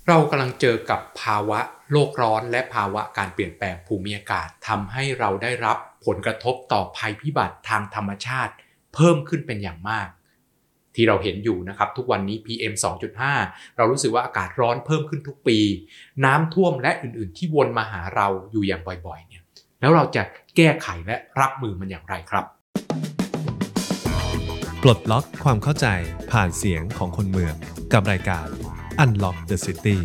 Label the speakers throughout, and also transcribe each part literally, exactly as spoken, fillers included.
Speaker 1: เรากำลังเจอกับภาวะโลกร้อนและภาวะการเปลี่ยนแปลงภูมิอากาศทำให้เราได้รับผลกระทบต่อภัยพิบัติทางธรรมชาติเพิ่มขึ้นเป็นอย่างมากที่เราเห็นอยู่นะครับทุกวันนี้ พี เอ็ม สองจุดห้า เรารู้สึกว่าอากาศร้อนเพิ่มขึ้นทุกปีน้ำท่วมและอื่นๆที่วนมาหาเราอยู่อย่างบ่อยๆเนี่ยแล้วเราจะแก้ไขและรับมือมันอย่างไรครับ
Speaker 2: ปลดล็อกความเข้าใจผ่านเสียงของคนเมืองกับรายการ Unlock the City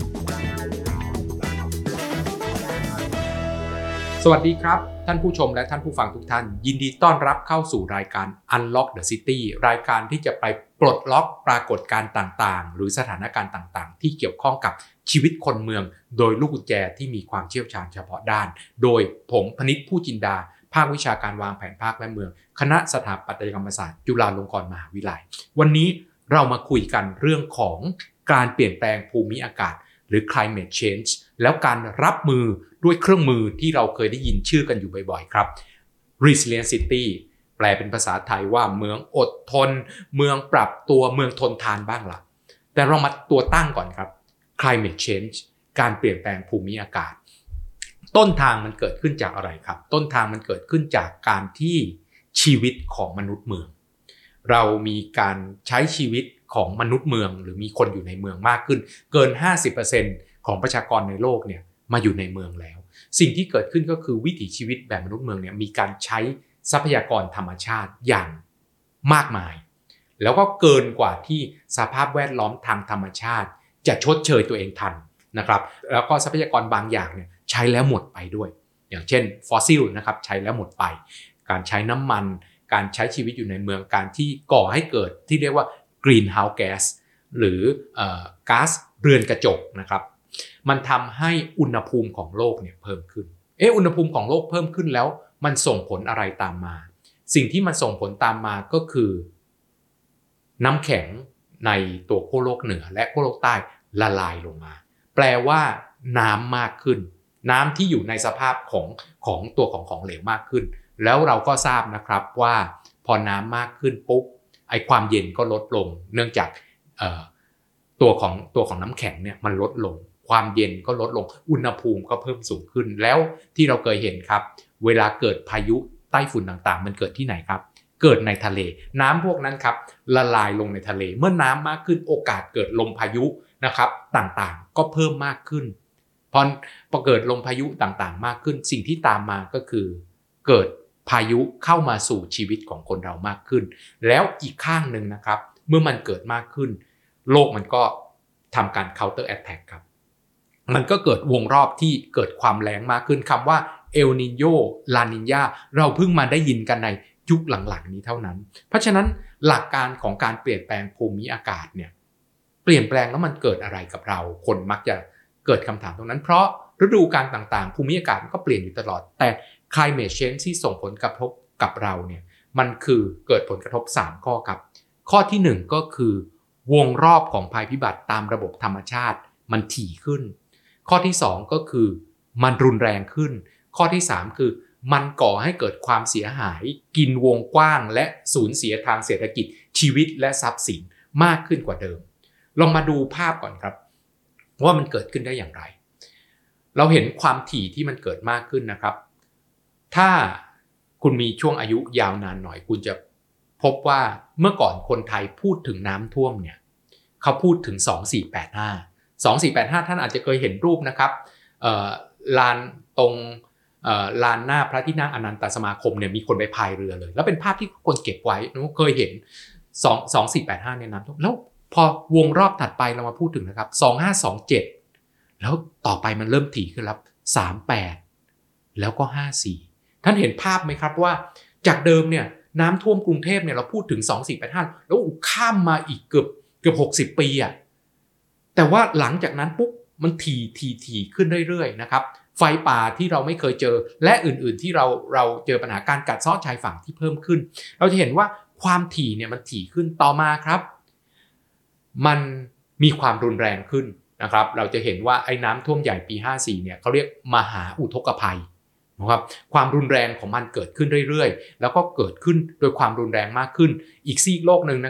Speaker 1: สวัสดีครับท่านผู้ชมและท่านผู้ฟังทุกท่านยินดีต้อนรับเข้าสู่รายการ Unlock the City รายการที่จะไปปลดล็อกปรากฏการณ์ต่างๆหรือสถานการณ์ต่างๆที่เกี่ยวข้องกับชีวิตคนเมืองโดยลูกกุญแจที่มีความเชี่ยวชาญเฉพาะด้านโดยผมพนิษฐ์ผู้จินดาภาควิชาการวางแผนภาคและเมืองคณะสถาปัตยกรรมศาสตร์จุฬาลงกรณ์มหาวิทยาลัยวันนี้เรามาคุยกันเรื่องของการเปลี่ยนแปลงภูมิอากาศหรือ climate change แล้วการรับมือด้วยเครื่องมือที่เราเคยได้ยินชื่อกันอยู่บ่อยๆครับ resilient city แปลเป็นภาษาไทยว่าเมืองอดทนเมืองปรับตัวเมืองทนทานบ้างล่ะแต่เรามาตัวตั้งก่อนครับ climate change การเปลี่ยนแปลงภูมิอากาศต้นทางมันเกิดขึ้นจากอะไรครับต้นทางมันเกิดขึ้นจากการที่ชีวิตของมนุษย์เมืองเรามีการใช้ชีวิตของมนุษย์เมืองหรือมีคนอยู่ในเมืองมากขึ้นเกิน ห้าสิบเปอร์เซ็นต์ ของประชากรในโลกเนี่ยมาอยู่ในเมืองแล้วสิ่งที่เกิดขึ้นก็คือวิถีชีวิตแบบมนุษย์เมืองเนี่ยมีการใช้ทรัพยากรธรรมชาติอย่างมากมายแล้วก็เกินกว่าที่สภาพแวดล้อมทางธรรมชาติจะชดเชยตัวเองทันนะครับแล้วก็ทรัพยากรบางอย่างเนี่ยใช้แล้วหมดไปด้วยอย่างเช่นฟอสซิลนะครับใช้แล้วหมดไปการใช้น้ำมันการใช้ชีวิตอยู่ในเมืองการที่ก่อให้เกิดที่เรียกว่า greenhouse gas หรือเอ่อก๊าซเรือนกระจกนะครับมันทำให้อุณหภูมิของโลกเนี่ยเพิ่มขึ้นเอออุณหภูมิของโลกเพิ่มขึ้นแล้วมันส่งผลอะไรตามมาสิ่งที่มันส่งผลตามมาก็คือน้ำแข็งในตัวขั้วโลกเหนือและขั้วโลกใต้ละลายลงมาแปลว่าน้ำมากขึ้นน้ำที่อยู่ในสภาพของของตัวของของเหลวมากขึ้นแล้วเราก็ทราบนะครับว่าพอน้ำมากขึ้นปุ๊บไอความเย็นก็ลดลงเนื่องจากตัวของตัวของน้ำแข็งเนี่ยมันลดลงความเย็นก็ลดลงอุณหภูมิก็เพิ่มสูงขึ้นแล้วที่เราเคยเห็นครับเวลาเกิดพายุใต้ฝุ่นต่างๆมันเกิดที่ไหนครับเกิดในทะเลน้ำพวกนั้นครับละลายลงในทะเลเมื่อน้ำมากขึ้นโอกาสเกิดลมพายุนะครับต่างๆก็เพิ่มมากขึ้นพอพอเกิดลมพายุต่างๆมากขึ้นสิ่งที่ตามมาก็คือเกิดพายุเข้ามาสู่ชีวิตของคนเรามากขึ้นแล้วอีกข้างหนึ่งนะครับเมื่อมันเกิดมากขึ้นโลกมันก็ทำการ counter attack ครับมันก็เกิดวงรอบที่เกิดความแล้งมากขึ้นคำว่าเอลนิโญลานิญาเราเพิ่งมาได้ยินกันในยุคหลังๆนี้เท่านั้นเพราะฉะนั้นหลักการของการเปลี่ยนแปลงภูมิอากาศเนี่ยเปลี่ยนแปลงแล้วมันเกิดอะไรกับเราคนมักจะเกิดคำถามตรงนั้นเพราะฤดูกาลต่างๆภูมิอากาศมันก็เปลี่ยนอยู่ตลอดแต่ climate change ที่ส่งผลกระทบกับเราเนี่ยมันคือเกิดผลกระทบสามข้อครับข้อที่หนึ่งก็คือวงรอบของภัยพิบัติตามระบบธรรมชาติมันถี่ขึ้นข้อที่สองก็คือมันรุนแรงขึ้นข้อที่สามคือมันก่อให้เกิดความเสียหายกินวงกว้างและสูญเสียทางเศรษฐกิจชีวิตและทรัพย์สินมากขึ้นกว่าเดิมลองมาดูภาพก่อนครับว่ามันเกิดขึ้นได้อย่างไรเราเห็นความถี่ที่มันเกิดมากขึ้นนะครับถ้าคุณมีช่วงอายุยาวนานหน่อยคุณจะพบว่าเมื่อก่อนคนไทยพูดถึงน้ำท่วมเนี่ยเขาพูดถึงสองสี่แปดห้า สองสี่แปดห้าท่านอาจจะเคยเห็นรูปนะครับลานตรงลานหน้าพระที่นั่งอนันตสมาคมเนี่ยมีคนไปพายเรือเลยแล้วเป็นภาพที่คนเก็บไว้เคยเห็นสองสี่แปดห้าเนี่ยน้ำท่วมแล้วพอวงรอบถัดไปเรามาพูดถึงนะครับสองห้าสองเจ็ดแล้วต่อไปมันเริ่มถี่ขึ้นแล้วสามแปดแล้วก็ห้าสี่ท่านเห็นภาพไหมครับว่าจากเดิมเนี่ยน้ำท่วมกรุงเทพเนี่ยเราพูดถึงสองสี่แปดห้าแล้วข้ามมาอีกเกือบเกือบหกสิบปีอ่ะแต่ว่าหลังจากนั้นปุ๊บมันถี่ถี่ถี่ขึ้นเรื่อยๆนะครับไฟป่าที่เราไม่เคยเจอและอื่นๆที่เราเราเจอปัญหาการกัดเซาะชายฝั่งที่เพิ่มขึ้นเราจะเห็นว่าความถี่เนี่ยมันถี่ขึ้นต่อมาครับมันมีความรุนแรงขึ้นนะครับเราจะเห็นว่าไอ้น้ำท่วมใหญ่ปีห้าสี่เนี่ยเขาเรียกมหาอุทกภัยนะครับความรุนแรงของมันเกิดขึ้นเรื่อยๆแล้วก็เกิดขึ้นโดยความรุนแรงมากขึ้นอีกซีกโลกนึงนะครับ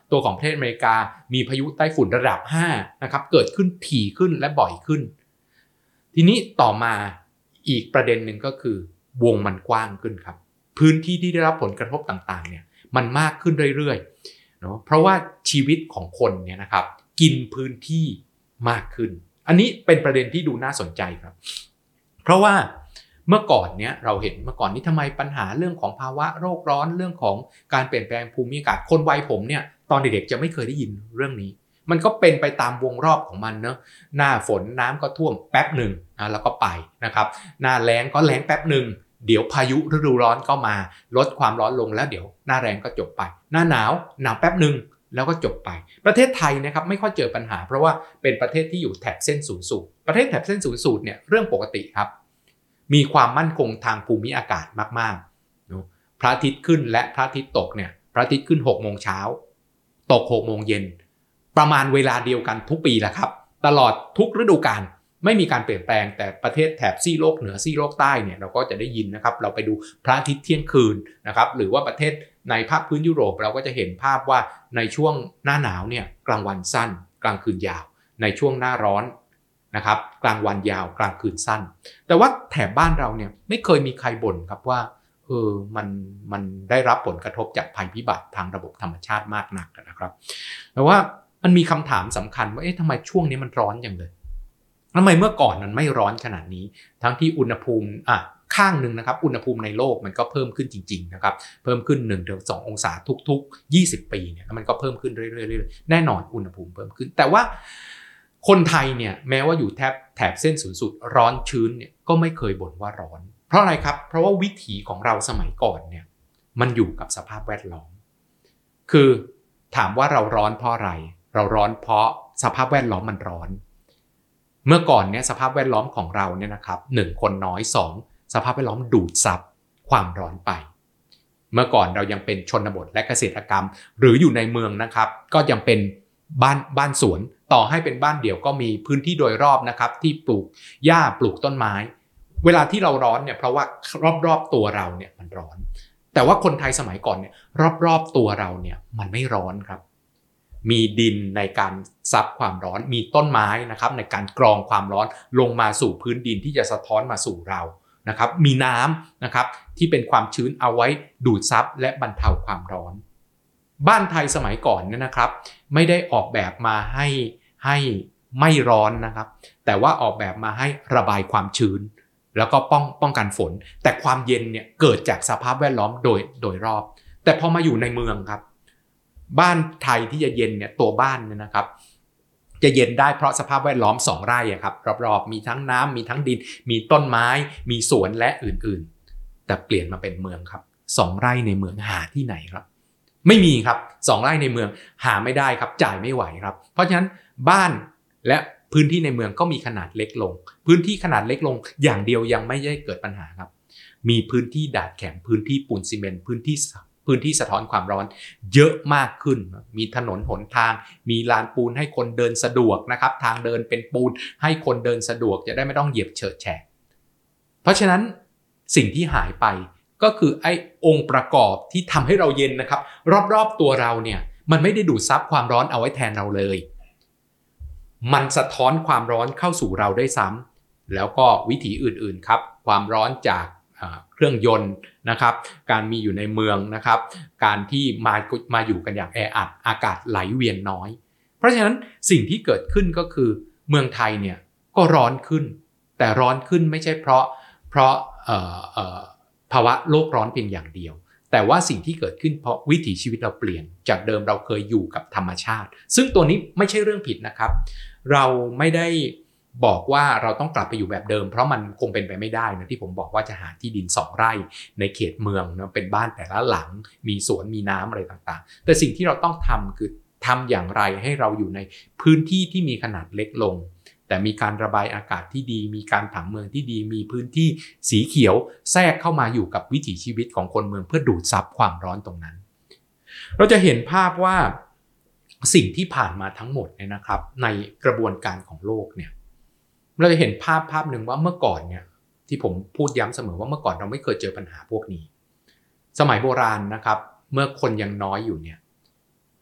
Speaker 1: ตัวของประเทศอเมริกามีพายุไต้ฝุ่นระดับห้านะครับเกิดขึ้นถี่ขึ้นและบ่อยขึ้นทีนี้ต่อมาอีกประเด็นหนึ่งก็คือวงมันกว้างขึ้นครับพื้นที่ที่ได้รับผลกระทบต่างๆเนี่ยมันมากขึ้นเรื่อยๆเนาะเพราะว่าชีวิตของคนเนี่ยนะครับกินพื้นที่มากขึ้นอันนี้เป็นประเด็นที่ดูน่าสนใจครับเพราะว่าเมื่อก่อนเนี้ยเราเห็นเมื่อก่อนนี้ทำไมปัญหาเรื่องของภาวะโรคร้อนเรื่องของการเปลี่ยนแปลงภูมิอากาศคนวัยผมเนี่ยตอนเด็กๆจะไม่เคยได้ยินเรื่องนี้มันก็เป็นไปตามวงรอบของมันเนอะหน้าฝนน้ำก็ท่วมแป๊บหนึ่งนะแล้วก็ไปนะครับหน้าแล้งก็แล้งแป๊บหนึ่งเดี๋ยวพายุฤดูร้อนก็มาลดความร้อนลงแล้วเดี๋ยวหน้าแล้งก็จบไปหน้าหนาวหนาวแป๊บหนึ่งแล้วก็จบไปประเทศไทยนะครับไม่ค่อยเจอปัญหาเพราะว่าเป็นประเทศที่อยู่แถบเส้นศูนย์สูตรประเทศแถบเส้นศูนย์สูตรเนี่ยเรื่องปกติครับมีความมั่นคงทางภูมิอากาศมากๆนะพระอาทิตย์ขึ้นและพระอาทิตย์ตกเนี่ยพระอาทิตย์ขึ้นหกโมงเช้าตกหกโมงเย็นประมาณเวลาเดียวกันทุกปีแหละครับตลอดทุกฤดูกาลไม่มีการเปลี่ยนแปลงแต่ประเทศแถบซีกโลกเหนือซีกโลกใต้เนี่ยเราก็จะได้ยินนะครับเราไปดูพระอาทิตย์เที่ยงคืนนะครับหรือว่าประเทศในภาคพื้นยุโรปเราก็จะเห็นภาพว่าในช่วงหน้าหนาวเนี่ยกลางวันสั้นกลางคืนยาวในช่วงหน้าร้อนนะครับกลางวันยาวกลางคืนสั้นแต่ว่าแถบบ้านเราเนี่ยไม่เคยมีใครบ่นครับว่าเออมันมันได้รับผลกระทบจากภัยพิบัติทางระบบธรรมชาติมากนักนะครับแต่ว่ามันมีคำถามสำคัญว่าเอ๊ะทำไมช่วงนี้มันร้อนอย่างเลยทำไมเมื่อก่อนมันไม่ร้อนขนาดนี้ทั้งที่อุณหภูมิอ่ะข้างหนึ่งนะครับอุณหภูมิในโลกมันก็เพิ่มขึ้นจริงๆนะครับเพิ่มขึ้น หนึ่งถึงสอง องศาทุกๆยี่สิบปีเนี่ยมันก็เพิ่มขึ้นเรื่อยๆแน่นอนอุณหภูมิเพิ่มขึ้นแต่ว่าคนไทยเนี่ยแม้ว่าอยู่แถบแถบเส้นศูนย์สูตรร้อนชื้นเนี่ยก็ไม่เคยบ่นว่าร้อนเพราะอะไรครับเพราะว่าวิถีของเราสมัยก่อนเนี่ยมันอยู่กับสภาพแวดล้อมคือถามว่าเราร้อนเพราะอะไรเราร้อนเพราะสภาพแวดล้อมมันร้อนเมื่อก่อนเนี่ยสภาพแวดล้อมของเราเนี่ยนะครับหนึ่งคนน้อยสองสภาพแวดล้อมดูดซับความร้อนไปเมื่อก่อนเรายังเป็นชนบทและเกษตรกรรมหรืออยู่ในเมืองนะครับก็ยังเป็นบ้านบ้านสวนต่อให้เป็นบ้านเดี่ยวก็มีพื้นที่โดยรอบนะครับที่ปลูกหญ้าปลูกต้นไม้เวลาที่เราร้อนเนี่ยเพราะว่ารอบๆตัวเราเนี่ยมันร้อนแต่ว่าคนไทยสมัยก่อนเนี่ยรอบๆตัวเราเนี่ยมันไม่ร้อนครับมีดินในการซับความร้อนมีต้นไม้นะครับในการกรองความร้อนลงมาสู่พื้นดินที่จะสะท้อนมาสู่เรานะครับมีน้ำนะครับที่เป็นความชื้นเอาไว้ดูดซับและบรรเทาความร้อนบ้านไทยสมัยก่อนเนี่ยนะครับไม่ได้ออกแบบมาให้ให้ไม่ร้อนนะครับแต่ว่าออกแบบมาให้ระบายความชื้นแล้วก็ป้องป้องกันฝนแต่ความเย็นเนี่ยเกิดจากสภาพแวดล้อมโดยโดยรอบแต่พอมาอยู่ในเมืองครับบ้านไทยที่จะเย็นเนี่ยตัวบ้านเนี่ยนะครับจะเย็นได้เพราะสภาพแวดล้อมสองไร่ครับรอบๆมีทั้งน้ำมีทั้งดินมีต้นไม้มีสวนและอื่นๆแต่เปลี่ยนมาเป็นเมืองครับสองไร่ในเมืองหาที่ไหนครับไม่มีครับสองไร่ในเมืองหาไม่ได้ครับจ่ายไม่ไหวครับเพราะฉะนั้นบ้านและพื้นที่ในเมืองก็มีขนาดเล็กลงพื้นที่ขนาดเล็กลงอย่างเดียวยังไม่ได้เกิดปัญหาครับมีพื้นที่ดาดแข็งพื้นที่ปูนซีเมนต์พื้นที่พื้นที่สะท้อนความร้อนเยอะมากขึ้นมีถนนหนทางมีลานปูนให้คนเดินสะดวกนะครับทางเดินเป็นปูนให้คนเดินสะดวกจะได้ไม่ต้องเหยียบเฉอะแฉะเพราะฉะนั้นสิ่งที่หายไปก็คือไอ้องค์ประกอบที่ทำให้เราเย็นนะครับรอบๆตัวเราเนี่ยมันไม่ได้ดูดซับความร้อนเอาไว้แทนเราเลยมันสะท้อนความร้อนเข้าสู่เราได้ซ้ำแล้วก็วิถีอื่นๆครับความร้อนจากเครื่องยนต์นะครับการมีอยู่ในเมืองนะครับการที่มามาอยู่กันอย่างแออัดอากาศไหลเวียนน้อยเพราะฉะนั้นสิ่งที่เกิดขึ้นก็คือเมืองไทยเนี่ยก็ร้อนขึ้นแต่ร้อนขึ้นไม่ใช่เพราะเพราะเอ่อเอ่อภาวะโลกร้อนเพียงอย่างเดียวแต่ว่าสิ่งที่เกิดขึ้นเพราะวิถีชีวิตเราเปลี่ยนจากเดิมเราเคยอยู่กับธรรมชาติซึ่งตัวนี้ไม่ใช่เรื่องผิดนะครับเราไม่ได้บอกว่าเราต้องกลับไปอยู่แบบเดิมเพราะมันคงเป็นไปไม่ได้นะที่ผมบอกว่าจะหาที่ดินสองไร่ในเขตเมืองนะเป็นบ้านแต่ละหลังมีสวนมีน้ำอะไรต่างๆแต่สิ่งที่เราต้องทำคือทำอย่างไรให้เราอยู่ในพื้นที่ที่มีขนาดเล็กลงแต่มีการระบายอากาศที่ดีมีการผังเมืองที่ดีมีพื้นที่สีเขียวแทรกเข้ามาอยู่กับวิถีชีวิตของคนเมืองเพื่อดูดซับความร้อนตรงนั้นเราจะเห็นภาพว่าสิ่งที่ผ่านมาทั้งหมดเนี่ยนะครับในกระบวนการของโลกเนี่ยเราจะเห็นภาพภาพหนึ่งว่าเมื่อก่อนเนี่ยที่ผมพูดย้ำเสมอว่าเมื่อก่อนเราไม่เคยเจอปัญหาพวกนี้สมัยโบราณนะครับเมื่อคนยังน้อยอยู่เนี่ย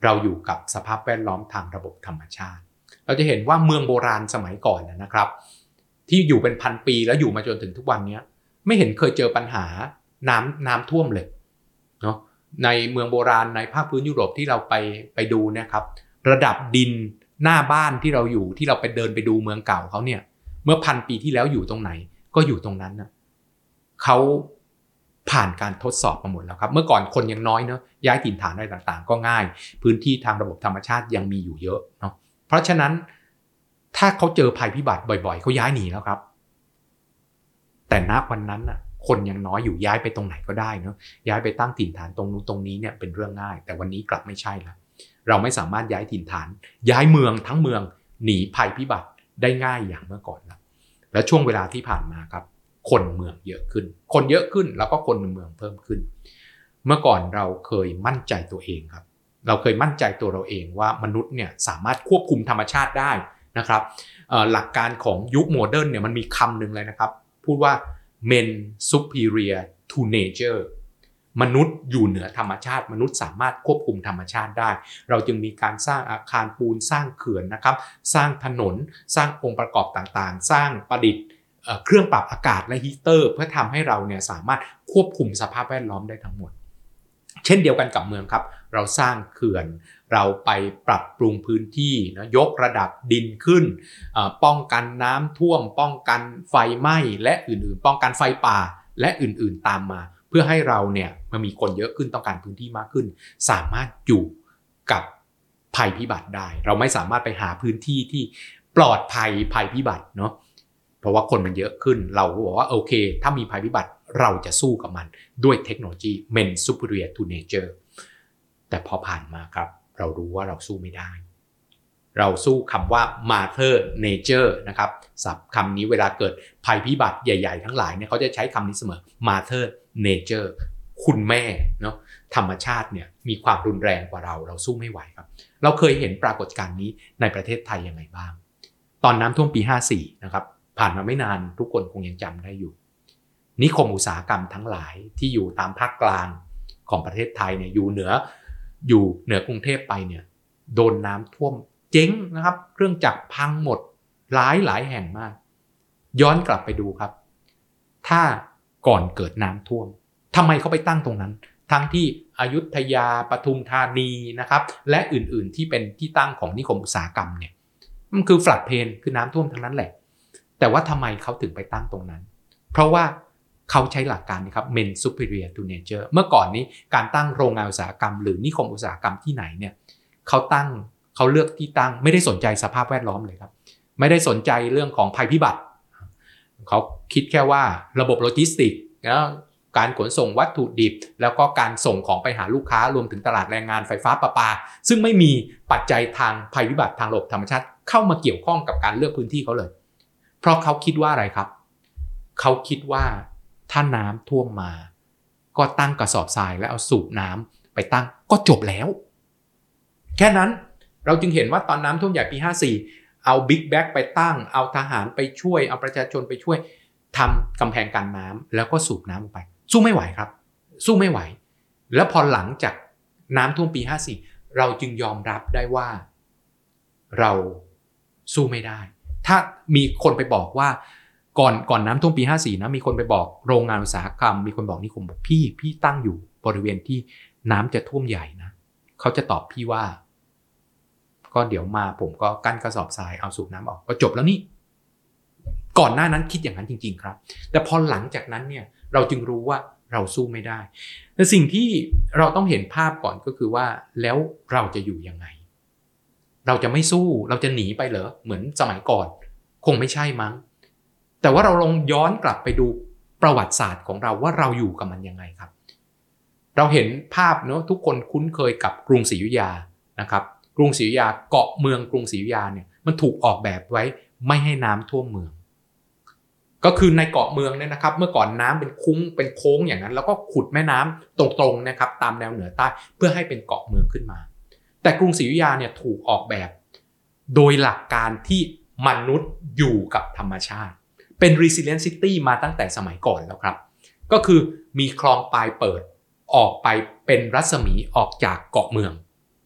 Speaker 1: เราอยู่กับสภาพแวดล้อมทางระบบธรรมชาติเราจะเห็นว่าเมืองโบราณสมัยก่อนนะครับที่อยู่เป็นพันปีแล้วอยู่มาจนถึงทุกวันนี้ไม่เห็นเคยเจอปัญหาน้ำน้ำท่วมเลยเนาะในเมืองโบราณในภาคพื้นยุโรปที่เราไปไปดูนะครับระดับดินหน้าบ้านที่เราอยู่ที่เราไปเดินไปดูเมืองเก่าเขาเนี่ยเมื่อพันปีที่แล้วอยู่ตรงไหนก็อยู่ตรงนั้นนะเขาผ่านการทดสอบมาหมดแล้วครับเมื่อก่อนคนยังน้อยเนาะย้ายถิ่นฐานอะไรต่างๆก็ง่ายพื้นที่ทางระบบธรรมชาติยังมีอยู่เยอะเนาะเพราะฉะนั้นถ้าเขาเจอภัยพิบัติบ่อยๆเขาย้ายหนีแล้วครับแต่ณวันนั้นน่ะคนยังน้อยอยู่ย้ายไปตรงไหนก็ได้เนาะย้ายไปตั้งถิ่นฐานตรงนู้นตรงนี้เนี่ยเป็นเรื่องง่ายแต่วันนี้กลับไม่ใช่แล้วเราไม่สามารถย้ายถิ่นฐานย้ายเมืองทั้งเมืองหนีภัยพิบัติได้ง่ายอย่างเมื่อก่อนแล้วและช่วงเวลาที่ผ่านมาครับคนเมืองเยอะขึ้นคนเยอะขึ้นแล้วก็คนในเมืองเพิ่มขึ้นเมื่อก่อนเราเคยมั่นใจตัวเองครับเราเคยมั่นใจตัวเราเองว่ามนุษย์เนี่ยสามารถควบคุมธรรมชาติได้นะครับหลักการของยุคโมเดิร์นเนี่ยมันมีคำหนึ่งเลยนะครับพูดว่า men superior to nature มนุษย์อยู่เหนือธรรมชาติมนุษย์สามารถควบคุมธรรมชาติได้เราจึงมีการสร้างอาคารปูนสร้างเขื่อนนะครับสร้างถนนสร้างองค์ประกอบต่างๆสร้างประดิษฐ์เครื่องปรับอากาศและฮีเตอร์เพื่อทำให้เราเนี่ยสามารถควบคุมสภาพแวดล้อมได้ทั้งหมดเช่นเดียวกันกับเมืองครับเราสร้างเขื่อนเราไปปรับปรุงพื้นที่นะยกระดับดินขึ้นป้องกันน้ำท่วมป้องกันไฟไหม้และอื่นๆป้องกันไฟป่าและอื่นๆตามมาเพื่อให้เราเนี่ยมันมีคนเยอะขึ้นต้องการพื้นที่มากขึ้นสามารถอยู่กับภัยพิบัติได้เราไม่สามารถไปหาพื้นที่ที่ปลอดภัยภัยพิบัติเนาะเพราะว่าคนมันเยอะขึ้นเราก็บอกว่าโอเคถ้ามีภัยพิบัติเราจะสู้กับมันด้วยเทคโนโลยี men superior to nature แต่พอผ่านมาครับเรารู้ว่าเราสู้ไม่ได้เราสู้คำว่า mother nature นะครับศัพท์คำนี้เวลาเกิดภัยพิบัติใหญ่ๆทั้งหลายเนี่ยเขาจะใช้คำนี้เสมอ mother nature คุณแม่เนาะธรรมชาติเนี่ยมีความรุนแรงกว่าเราเราสู้ไม่ไหวครับเราเคยเห็นปรากฏการณ์นี้ในประเทศไทยยังไงบ้างตอนน้ำท่วมปีห้าสี่นะครับผ่านมาไม่นานทุกคนคงยังจำได้อยู่นิคมอุตสาหกรรมทั้งหลายที่อยู่ตามภาคกลางของประเทศไทยเนี่ยอยู่เหนืออยู่เหนือกรุงเทพไปเนี่ยโดนน้ำท่วมเจ๊งนะครับเครื่องจักรพังหมดหลายหลายแห่งมากย้อนกลับไปดูครับถ้าก่อนเกิดน้ำท่วมทำไมเขาไปตั้งตรงนั้นทั้งที่อยุธยาปทุมธานีนะครับและอื่นๆที่เป็นที่ตั้งของนิคมอุตสาหกรรมเนี่ยมันคือ flood plain คือน้ำท่วมทั้งนั้นแหละแต่ว่าทำไมเขาถึงไปตั้งตรงนั้นเพราะว่าเขาใช้หลักการนี้ครับ men superior to nature เมื่อก่อนนี้การตั้งโรงงานอุตสาหกรรมหรือนิคมอุตสาหกรรมที่ไหนเนี่ยเขาตั้งเขาเลือกที่ตั้งไม่ได้สนใจสภาพแวดล้อมเลยครับไม่ได้สนใจเรื่องของภัยพิบัติเขาคิดแค่ว่าระบบโลจิสติกส์แล้วการขนส่งวัตถุดิบแล้วก็การส่งของไปหาลูกค้ารวมถึงตลาดแรงงานไฟฟ้าประปาซึ่งไม่มีปัจจัยทางภัยพิบัติทางระบบธรรมชาติเข้ามาเกี่ยวข้องกับการเลือกพื้นที่เขาเลยเพราะเขาคิดว่าอะไรครับเขาคิดว่าถ้าน้ำท่วมมาก็ตั้งกระสอบทรายแล้วเอาสูบน้ำไปตั้งก็จบแล้วแค่นั้นเราจึงเห็นว่าตอนน้ำท่วมใหญ่ปีห้าสี่เอาบิ๊กแบ็กไปตั้งเอาทหารไปช่วยเอาประชาชนไปช่วยทำกำแพงกันน้ำแล้วก็สูบน้ำออกไปสู้ไม่ไหวครับสู้ไม่ไหวแล้วพอหลังจากน้ำท่วมปีห้าสี่เราจึงยอมรับได้ว่าเราสู้ไม่ได้ถ้ามีคนไปบอกว่าก่อนก่อนน้ำท่วมปีห้าสี่นะมีคนไปบอกโรงงานอุตสาหกรรมมีคนบอกนิคมบอกพี่พี่ตั้งอยู่บริเวณที่น้ำจะท่วมใหญ่นะเขาจะตอบพี่ว่าก็เดี๋ยวมาผมก็กั้นกระสอบทรายเอาสูบน้ำออกก็จบแล้วนี่ก่อนหน้านั้นคิดอย่างนั้นจริงๆครับแต่พอหลังจากนั้นเนี่ยเราจึงรู้ว่าเราสู้ไม่ได้แต่สิ่งที่เราต้องเห็นภาพก่อนก็คือว่าแล้วเราจะอยู่ยังไงเราจะไม่สู้เราจะหนีไปเหรอเหมือนสมัยก่อนคงไม่ใช่มั้งแต่ว่าเราลองย้อนกลับไปดูประวัติศาสตร์ของเราว่าเราอยู่กับมันยังไงครับเราเห็นภาพเนอะทุกคนคุ้นเคยกับกรุงศรีอยุธยานะครับกรุงศรีอยุธยาเกาะเมืองกรุงศรีอยุธยาเนี่ยมันถูกออกแบบไว้ไม่ให้น้ำท่วมเมืองก็คือในเกาะเมืองเนี่ยนะครับเมื่อก่อนน้ำเป็นคุ้งเป็นโค้งอย่างนั้นแล้วก็ขุดแม่น้ำตรงๆนะครับตามแนวเหนือใต้เพื่อให้เป็นเกาะเมืองขึ้นมาแต่กรุงศรีอยุธยาเนี่ยถูกออกแบบโดยหลักการที่มนุษย์อยู่กับธรรมชาติเป็น resilient city มาตั้งแต่สมัยก่อนแล้วครับก็คือมีคลองปลายเปิดออกไปเป็นรัศมีออกจากเกาะเมือง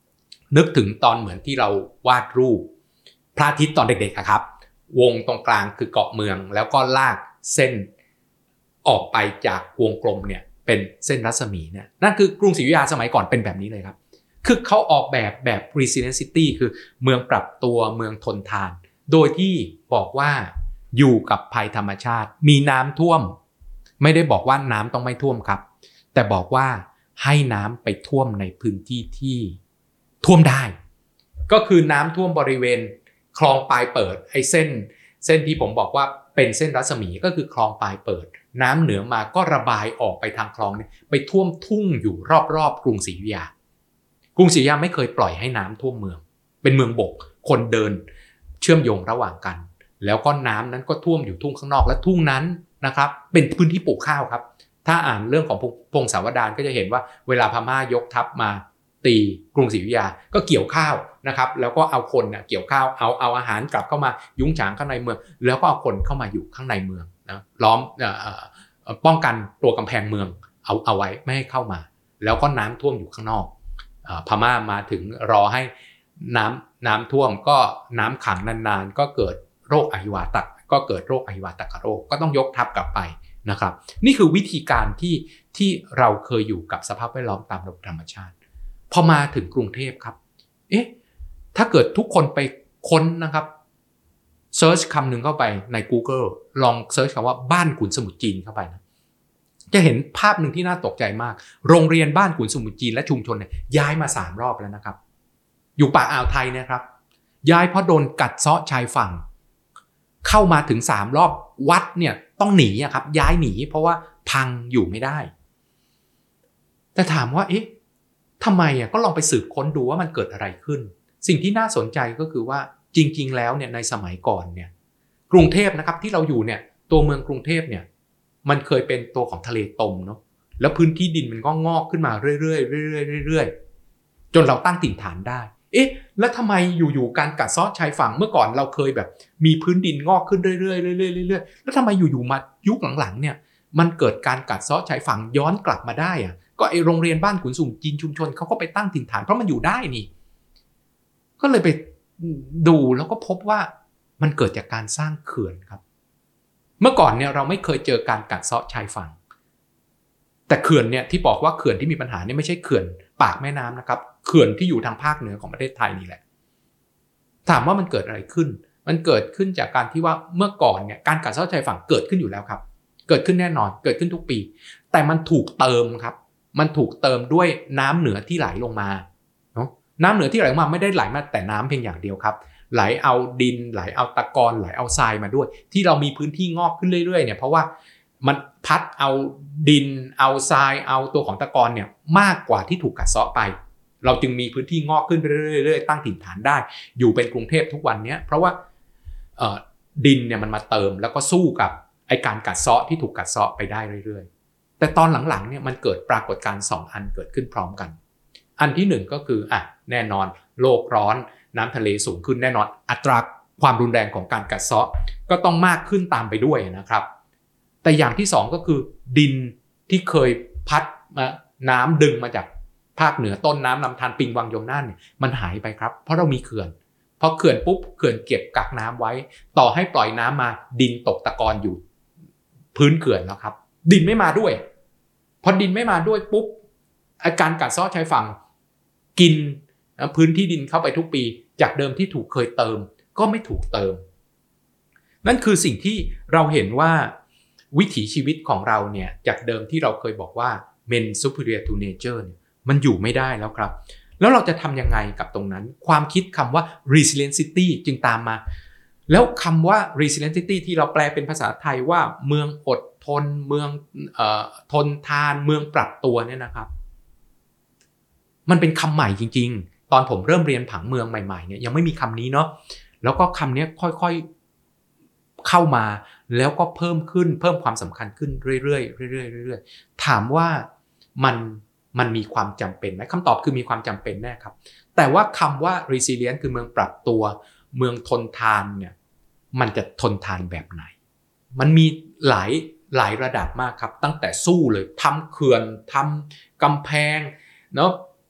Speaker 1: นึกถึงตอนเหมือนที่เราวาดรูปพระอาทิตย์ตอนเด็กๆอะครับวงตรงกลางคือเกาะเมืองแล้วก็ลากเส้นออกไปจากวงกลมเนี่ยเป็นเส้นรัศมีเนี่ยนั่นคือกรุงศรีอยุธยาสมัยก่อนเป็นแบบนี้เลยครับคือเขาออกแบบแบบ resilient city คือเมืองปรับตัวเมืองทนทานโดยที่บอกว่าอยู่กับภัยธรรมชาติมีน้ำท่วมไม่ได้บอกว่าน้ำต้องไม่ท่วมครับแต่บอกว่าให้น้ำไปท่วมในพื้นที่ที่ท่วมได้ก็คือน้ำท่วมบริเวณคลองปลายเปิดไอ้เส้นเส้นที่ผมบอกว่าเป็นเส้นรัศมีก็คือคลองปลายเปิดน้ำเหนือมาก็ระบายออกไปทางคลองเนี่ยไปท่วมทุ่งอยู่รอบๆกรุงศรีอยุธยากรุงศรีอยุธยาไม่เคยปล่อยให้น้ำท่วมเมืองเป็นเมืองบกคนเดินเชื่อมโยงระหว่างกันแล้วก็น้ำนั้นก็ท่วมอยู่ทุ่งข้างนอกและทุ่งนั้นนะครับเป็นพื้นที่ปลูกข้าวครับถ้าอ่านเรื่องของพงศาวดารก็จะเห็นว่าเวลาพม่ายกทัพมาตีกรุงศรีอยุธยาก็เกี่ยวข้าวนะครับแล้วก็เอาคนเนี่ยเกี่ยวข้าวเอาเอาอาหารกลับเข้ามายุ้งฉางข้างในเมืองแล้วก็เอาคนเข้ามาอยู่ข้างในเมืองนะล้อมป้องกันตัวกำแพงเมืองเอาเอาไว้ไม่ให้เข้ามาแล้วก็น้ำท่วมอยู่ข้างนอกพม่ามาถึงรอให้น้ำน้ำท่วมก็น้ำขังนานๆก็เกิดโรคอหิวาตกก็เกิดโรคอหิวาตกโรคก็ต้องยกทัพกลับไปนะครับนี่คือวิธีการที่ที่เราเคยอยู่กับสภาพแวดล้อมตามระบบธรรมชาติพอมาถึงกรุงเทพครับเอ๊ะถ้าเกิดทุกคนไปค้นนะครับเซิร์ชคำหนึ่งเข้าไปใน Google ลองเซิร์ชคำว่าบ้านขุนสมุทรจีนเข้าไปนะจะเห็นภาพหนึ่งที่น่าตกใจมากโรงเรียนบ้านขุนสมุทรจีนและชุมชนเนี่ยย้ายมาสามรอบแล้วนะครับอยู่ปากอ่าวไทยนะครับย้ายเพราะโดนกัดเซาะชายฝั่งเข้ามาถึงสามรอบวัดเนี่ยต้องหนีอะครับย้ายหนีเพราะว่าพังอยู่ไม่ได้แต่ถามว่าเอ๊ะทำไมอ่ะก็ลองไปสืบค้นดูว่ามันเกิดอะไรขึ้นสิ่งที่น่าสนใจก็คือว่าจริงๆแล้วเนี่ยในสมัยก่อนเนี่ยกรุงเทพนะครับที่เราอยู่เนี่ยตัวเมืองกรุงเทพเนี่ยมันเคยเป็นตัวของทะเลตมเนาะแล้วพื้นที่ดินมันก็งอกขึ้นมาเรื่อยๆเรื่อยๆเรื่อยๆจนเราตั้งถิ่นฐานได้เอ๊ะแล้วทำไมอยู่ๆการกัดเซาะชายฝั่งเมื่อก่อนเราเคยแบบมีพื้นดินงอกขึ้นเรื่อยๆเรื่อยๆเรื่อยๆแล้วทำไมอยู่ๆมายุคหลังๆเนี่ยมันเกิดการกัดเซาะชายฝั่งย้อนกลับมาได้อะก็ไอโรงเรียนบ้านขุนสมุทรจีนชุมชนเขาก็ไปตั้งถิ่นฐานเพราะมันอยู่ได้นี่ก็เลยไปดูแล้วก็พบว่ามันเกิดจากการสร้างเขื่อนครับเมื่อก่อนเนี่ยเราไม่เคยเจอการกัดเซาะชายฝั่งแต่เขื่อนเนี่ยที่บอกว่าเขื่อนที่มีปัญหาเนี่ยไม่ใช่เขื่อนปากแม่น้ำนะครับเขื่อนที่อยู่ทางภาคเหนือของประเทศไทยนี่แหละถามว่ามันเกิดอะไรขึ้นมันเกิดขึ้นจากการที่ว่าเมื่อก่อนเนี่ยการกัดเซาะชายฝั่งเกิดขึ้นอยู่แล้วครับเกิดขึ้นแน่นอนเกิดขึ้นทุกปีแต่มันถูกเติมครับมันถูกเติมด้วยน้ำเหนือที่ไหลลงมาเนาะน้ำเหนือที่ไหลลงมาไม่ได้ไหลมาแต่น้ำเพียงอย่างเดียวครับไหลเอาดินไหลเอาตะกอนไหลเอาทรายมาด้วยที่เรามีพื้นที่งอกขึ้นเรื่อยๆเนี่ยเพราะว่ามันพัดเอาดินเอาทรายเอาตัวของตะกอนเนี่ยมากกว่าที่ถูกกัดเซาะไปเราจึงมีพื้นที่งอกขึ้นเรื่อยๆตั้งถิ่นฐานได้อยู่เป็นกรุงเทพทุกวันนี้เพราะว่าดินเนี่ยมันมาเติมแล้วก็สู้กับไอการกัดเซาะที่ถูกกัดเซาะไปได้เรื่อยๆแต่ตอนหลังๆเนี่ยมันเกิดปรากฏการณ์สองอันเกิดขึ้นพร้อมกันอันที่หนึ่งก็คืออ่ะแน่นอนโลกร้อนน้ำทะเลสูงขึ้นแน่นอนอัตราความรุนแรงของการกัดเซาะก็ต้องมากขึ้นตามไปด้วยนะครับแต่อย่างที่สองก็คือดินที่เคยพัดมาน้ำดึงมาจากภาคเหนือต้นน้ำลำธารปิงวังยมน่านเนี่ยมันหายไปครับเพราะเรามีเขื่อนพอเขื่อนปุ๊บเขื่อนเก็บกักน้ำไว้ต่อให้ปล่อยน้ำมาดินตกตะกอนอยู่พื้นเขื่อนแล้วครับดินไม่มาด้วยพอดินไม่มาด้วยปุ๊บอาการกัดเซาะชายฝั่งกินพื้นที่ดินเข้าไปทุกปีจากเดิมที่ถูกเคยเติมก็ไม่ถูกเติมนั่นคือสิ่งที่เราเห็นว่าวิถีชีวิตของเราเนี่ยจากเดิมที่เราเคยบอกว่า men superior to nature เนี่ยมันอยู่ไม่ได้แล้วครับแล้วเราจะทำยังไงกับตรงนั้นความคิดคำว่า resilient city จึงตามมาแล้วคำว่า resilient city ที่เราแปลเป็นภาษาไทยว่าเมืองอดทนเมืองเอ่อทนทานเมืองปรับตัวเนี่ยนะครับมันเป็นคำใหม่จริงๆตอนผมเริ่มเรียนผังเมืองใหม่ๆเนี่ยยังไม่มีคำนี้เนาะแล้วก็คำนี้ค่อยๆเข้ามาแล้วก็เพิ่มขึ้นเพิ่มความสำคัญขึ้นเรื่อยๆเรื่อยๆเรื่อยๆถามว่ามันมันมีความจำเป็นไหมคำตอบคือมีความจำเป็นแน่ครับแต่ว่าคำว่า resilient คือเมืองปรับตัวเมืองทนทานเนี่ยมันจะทนทานแบบไหนมันมีหลายหลายระดับมากครับตั้งแต่สู้เลยทำเขื่อนทำกำแพงเนาะ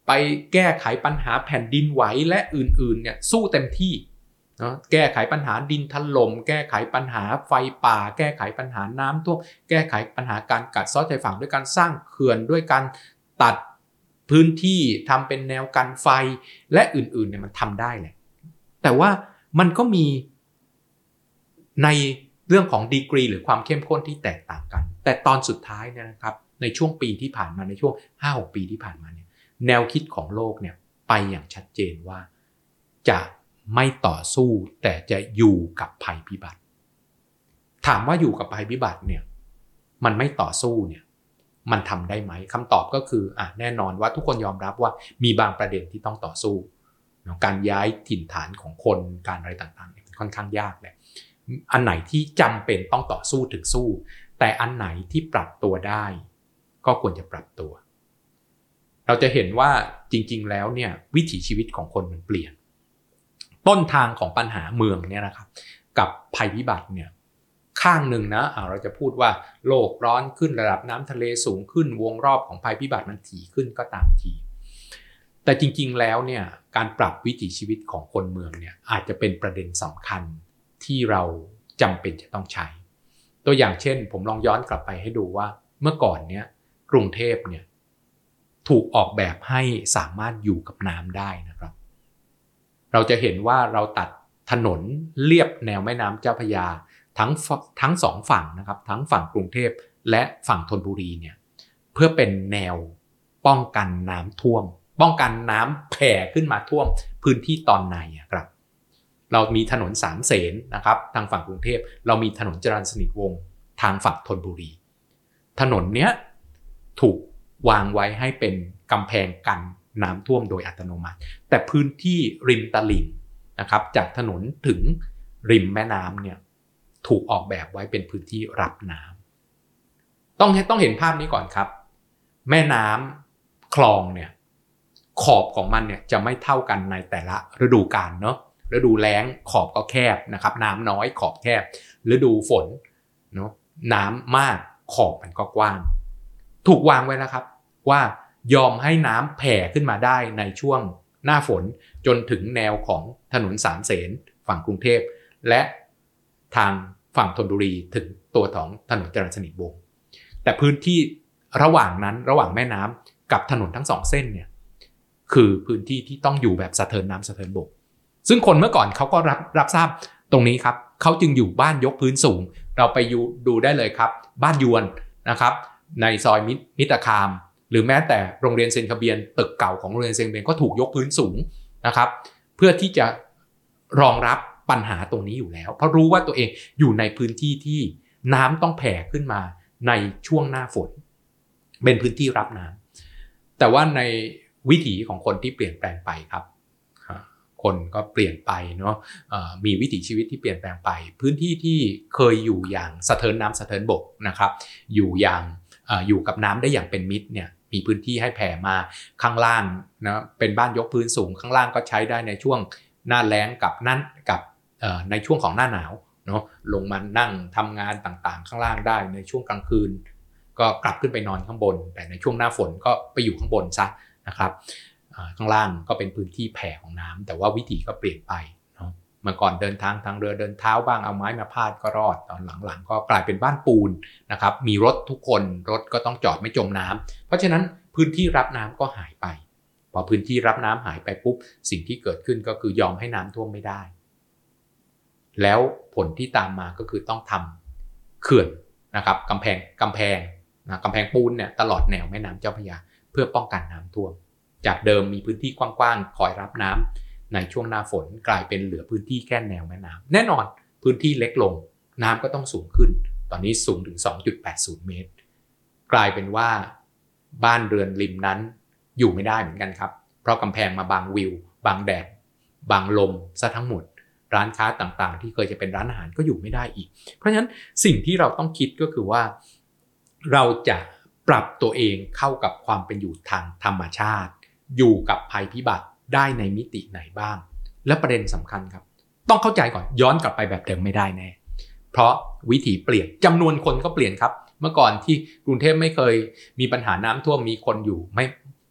Speaker 1: ไปแก้ไขปัญหาแผ่นดินไหวและอื่นๆเนี่ยสู้เต็มที่เนาะแก้ไขปัญหาดินถล่มแก้ไขปัญหาไฟป่าแก้ไขปัญหาน้ำท่วมแก้ไขปัญหาการกัดเซาะชายฝั่งด้วยการสร้างเขื่อนด้วยการตัดพื้นที่ทำเป็นแนวกันไฟและอื่นๆเนี่ยมันทำได้แหละแต่ว่ามันก็มีในเรื่องของดีกรีหรือความเข้มข้นที่แตกต่างกันแต่ตอนสุดท้ายเนี่ยนะครับในช่วงปีที่ผ่านมาในช่วง ห้าหก ปีที่ผ่านมาเนี่ยแนวคิดของโลกเนี่ยไปอย่างชัดเจนว่าจะไม่ต่อสู้แต่จะอยู่กับภัยพิบัติถามว่าอยู่กับภัยพิบัติเนี่ยมันไม่ต่อสู้เนี่ยมันทำได้ไหมคำตอบก็คืออ่ะแน่นอนว่าทุกคนยอมรับว่ามีบางประเด็นที่ต้องต่อสู้การย้ายถิ่นฐานของคนการอะไรต่างๆเนี่ยค่อนข้างยากแหละอันไหนที่จำเป็นต้องต่อสู้ถึงสู้แต่อันไหนที่ปรับตัวได้ก็ควรจะปรับตัวเราจะเห็นว่าจริงๆแล้วเนี่ยวิถีชีวิตของคนมันเปลี่ยนต้นทางของปัญหาเมืองเนี่ยนะครับกับภัยพิบัติเนี่ยข้างหนึ่งนะเราจะพูดว่าโลกร้อนขึ้นระดับน้ำทะเลสูงขึ้นวงรอบของภัยพิบัติมันถี่ขึ้นก็ตามทีแต่จริงๆแล้วเนี่ยการปรับวิถีชีวิตของคนเมืองเนี่ยอาจจะเป็นประเด็นสำคัญที่เราจำเป็นจะต้องใช้ตัวอย่างเช่นผมลองย้อนกลับไปให้ดูว่าเมื่อก่อนเนี่ยกรุงเทพเนี่ยถูกออกแบบให้สามารถอยู่กับน้ำได้นะครับเราจะเห็นว่าเราตัดถนนเลียบแนวแม่น้ำเจ้าพระยาทั้งทั้งสองฝั่งนะครับทั้งฝั่งกรุงเทพและฝั่งธนบุรีเนี่ยเพื่อเป็นแนวป้องกันน้ำท่วมป้องกันน้ำแผ่ขึ้นมาท่วมพื้นที่ตอนในครับเรามีถนนสามเสนนะครับทางฝั่งกรุงเทพเรามีถนนจรัญสนิทวงศ์ทางฝั่งธนบุรีถนนเนี้ยถูกวางไว้ให้เป็นกำแพงกันน้ำท่วมโดยอัตโนมัติแต่พื้นที่ริมตลิ่งนะครับจากถนนถึงริมแม่น้ำเนี่ยถูกออกแบบไว้เป็นพื้นที่รับน้ำต้องต้องเห็นภาพนี้ก่อนครับแม่น้ำคลองเนี่ยขอบของมันเนี่ยจะไม่เท่ากันในแต่ละฤดูกาลเนาะฤดูแล้งขอบก็แคบนะครับน้ำน้อยขอบแคบฤดูฝนเนาะน้ำมากขอบมันก็กว้างถูกวางไว้แล้วครับว่ายอมให้น้ำแผ่ขึ้นมาได้ในช่วงหน้าฝนจนถึงแนวของถนนสามเสนฝั่งกรุงเทพและทางฝั่งธนบุรีถึงตัวของถนนจรัญสนิทวงศ์แต่พื้นที่ระหว่างนั้นระหว่างแม่น้ำกับถนนทั้งสองเส้นเนี่ยคือพื้นที่ที่ต้องอยู่แบบสะเทินน้ำสะเทินบกซึ่งคนเมื่อก่อนเขาก็รับรับทราบตรงนี้ครับเขาจึงอยู่บ้านยกพื้นสูงเราไปดูได้เลยครับบ้านยวนนะครับในซอยมิตรคามหรือแม้แต่โรงเรียนเซนคาเบียนตึกเก่าของโรงเรียนเซนคาเบียนก็ถูกยกพื้นสูงนะครับเพื่อที่จะรองรับปัญหาตรงนี้อยู่แล้วเพราะรู้ว่าตัวเองอยู่ในพื้นที่ที่น้ำต้องแผ่ขึ้นมาในช่วงหน้าฝนเป็นพื้นที่รับน้ำแต่ว่าในวิถีของคนที่เปลี่ยนแปลงไปครับคนก็เปลี่ยนไปเนาะมีวิถีชีวิตที่เปลี่ยนแปลงไปพื้นที่ที่เคยอยู่อย่างสะเทินน้ำสะเทินบกนะครับอยู่อย่างอยู่กับน้ำได้อย่างเป็นมิตรเนี่ยมีพื้นที่ให้แผ่มาข้างล่างนะเป็นบ้านยกพื้นสูงข้างล่างก็ใช้ได้ในช่วงหน้าแล้งกับนั้นกับในช่วงของหน้าหนาวเนาะลงมานั่งทำงานต่างๆข้างล่างได้ในช่วงกลางคืนก็กลับขึ้นไปนอนข้างบนแต่ในช่วงหน้าฝนก็ไปอยู่ข้างบนซะนะครับข้างล่างก็เป็นพื้นที่แผ่ของน้ำแต่ว่าวิถีก็เปลี่ยนไปเนาะเมื่อก่อนเดินทางทางเรือเดินเท้าบ้างเอาไม้มาพาดก็รอดตอนหลังๆก็กลายเป็นบ้านปูนนะครับมีรถทุกคนรถก็ต้องจอดไม่จมน้ำเพราะฉะนั้นพื้นที่รับน้ำก็หายไปพอพื้นที่รับน้ำหายไปปุ๊บสิ่งที่เกิดขึ้นก็คือยอมให้น้ำท่วมไม่ได้แล้วผลที่ตามมาก็คือต้องทำเขื่อนนะครับกำแพงกำแพงนะกำแพงปูนเนี่ยตลอดแนวแม่น้ำเจ้าพระยาเพื่อป้องกันน้ำท่วมจากเดิมมีพื้นที่กว้างๆคอยรับน้ำในช่วงหน้าฝนกลายเป็นเหลือพื้นที่แค่แนวแม่น้ำแน่นอนพื้นที่เล็กลงน้ำก็ต้องสูงขึ้นตอนนี้สูงถึง สองจุดแปดศูนย์ เมตรกลายเป็นว่าบ้านเรือนริมนั้นอยู่ไม่ได้เหมือนกันครับเพราะกำแพงมาบังวิวบังแดดบังลมซะทั้งหมดร้านค้าต่างๆที่เคยจะเป็นร้านอาหารก็อยู่ไม่ได้อีกเพราะฉะนั้นสิ่งที่เราต้องคิดก็คือว่าเราจะปรับตัวเองเข้ากับความเป็นอยู่ทางธรรมชาติอยู่กับภัยพิบัติได้ในมิติไหนบ้างและประเด็นสำคัญครับต้องเข้าใจก่อนย้อนกลับไปแบบเดิมไม่ได้แน่เพราะวิถีเปลี่ยนจำนวนคนก็เปลี่ยนครับเมื่อก่อนที่กรุงเทพไม่เคยมีปัญหาน้ำท่วมมีคนอยู่ไม่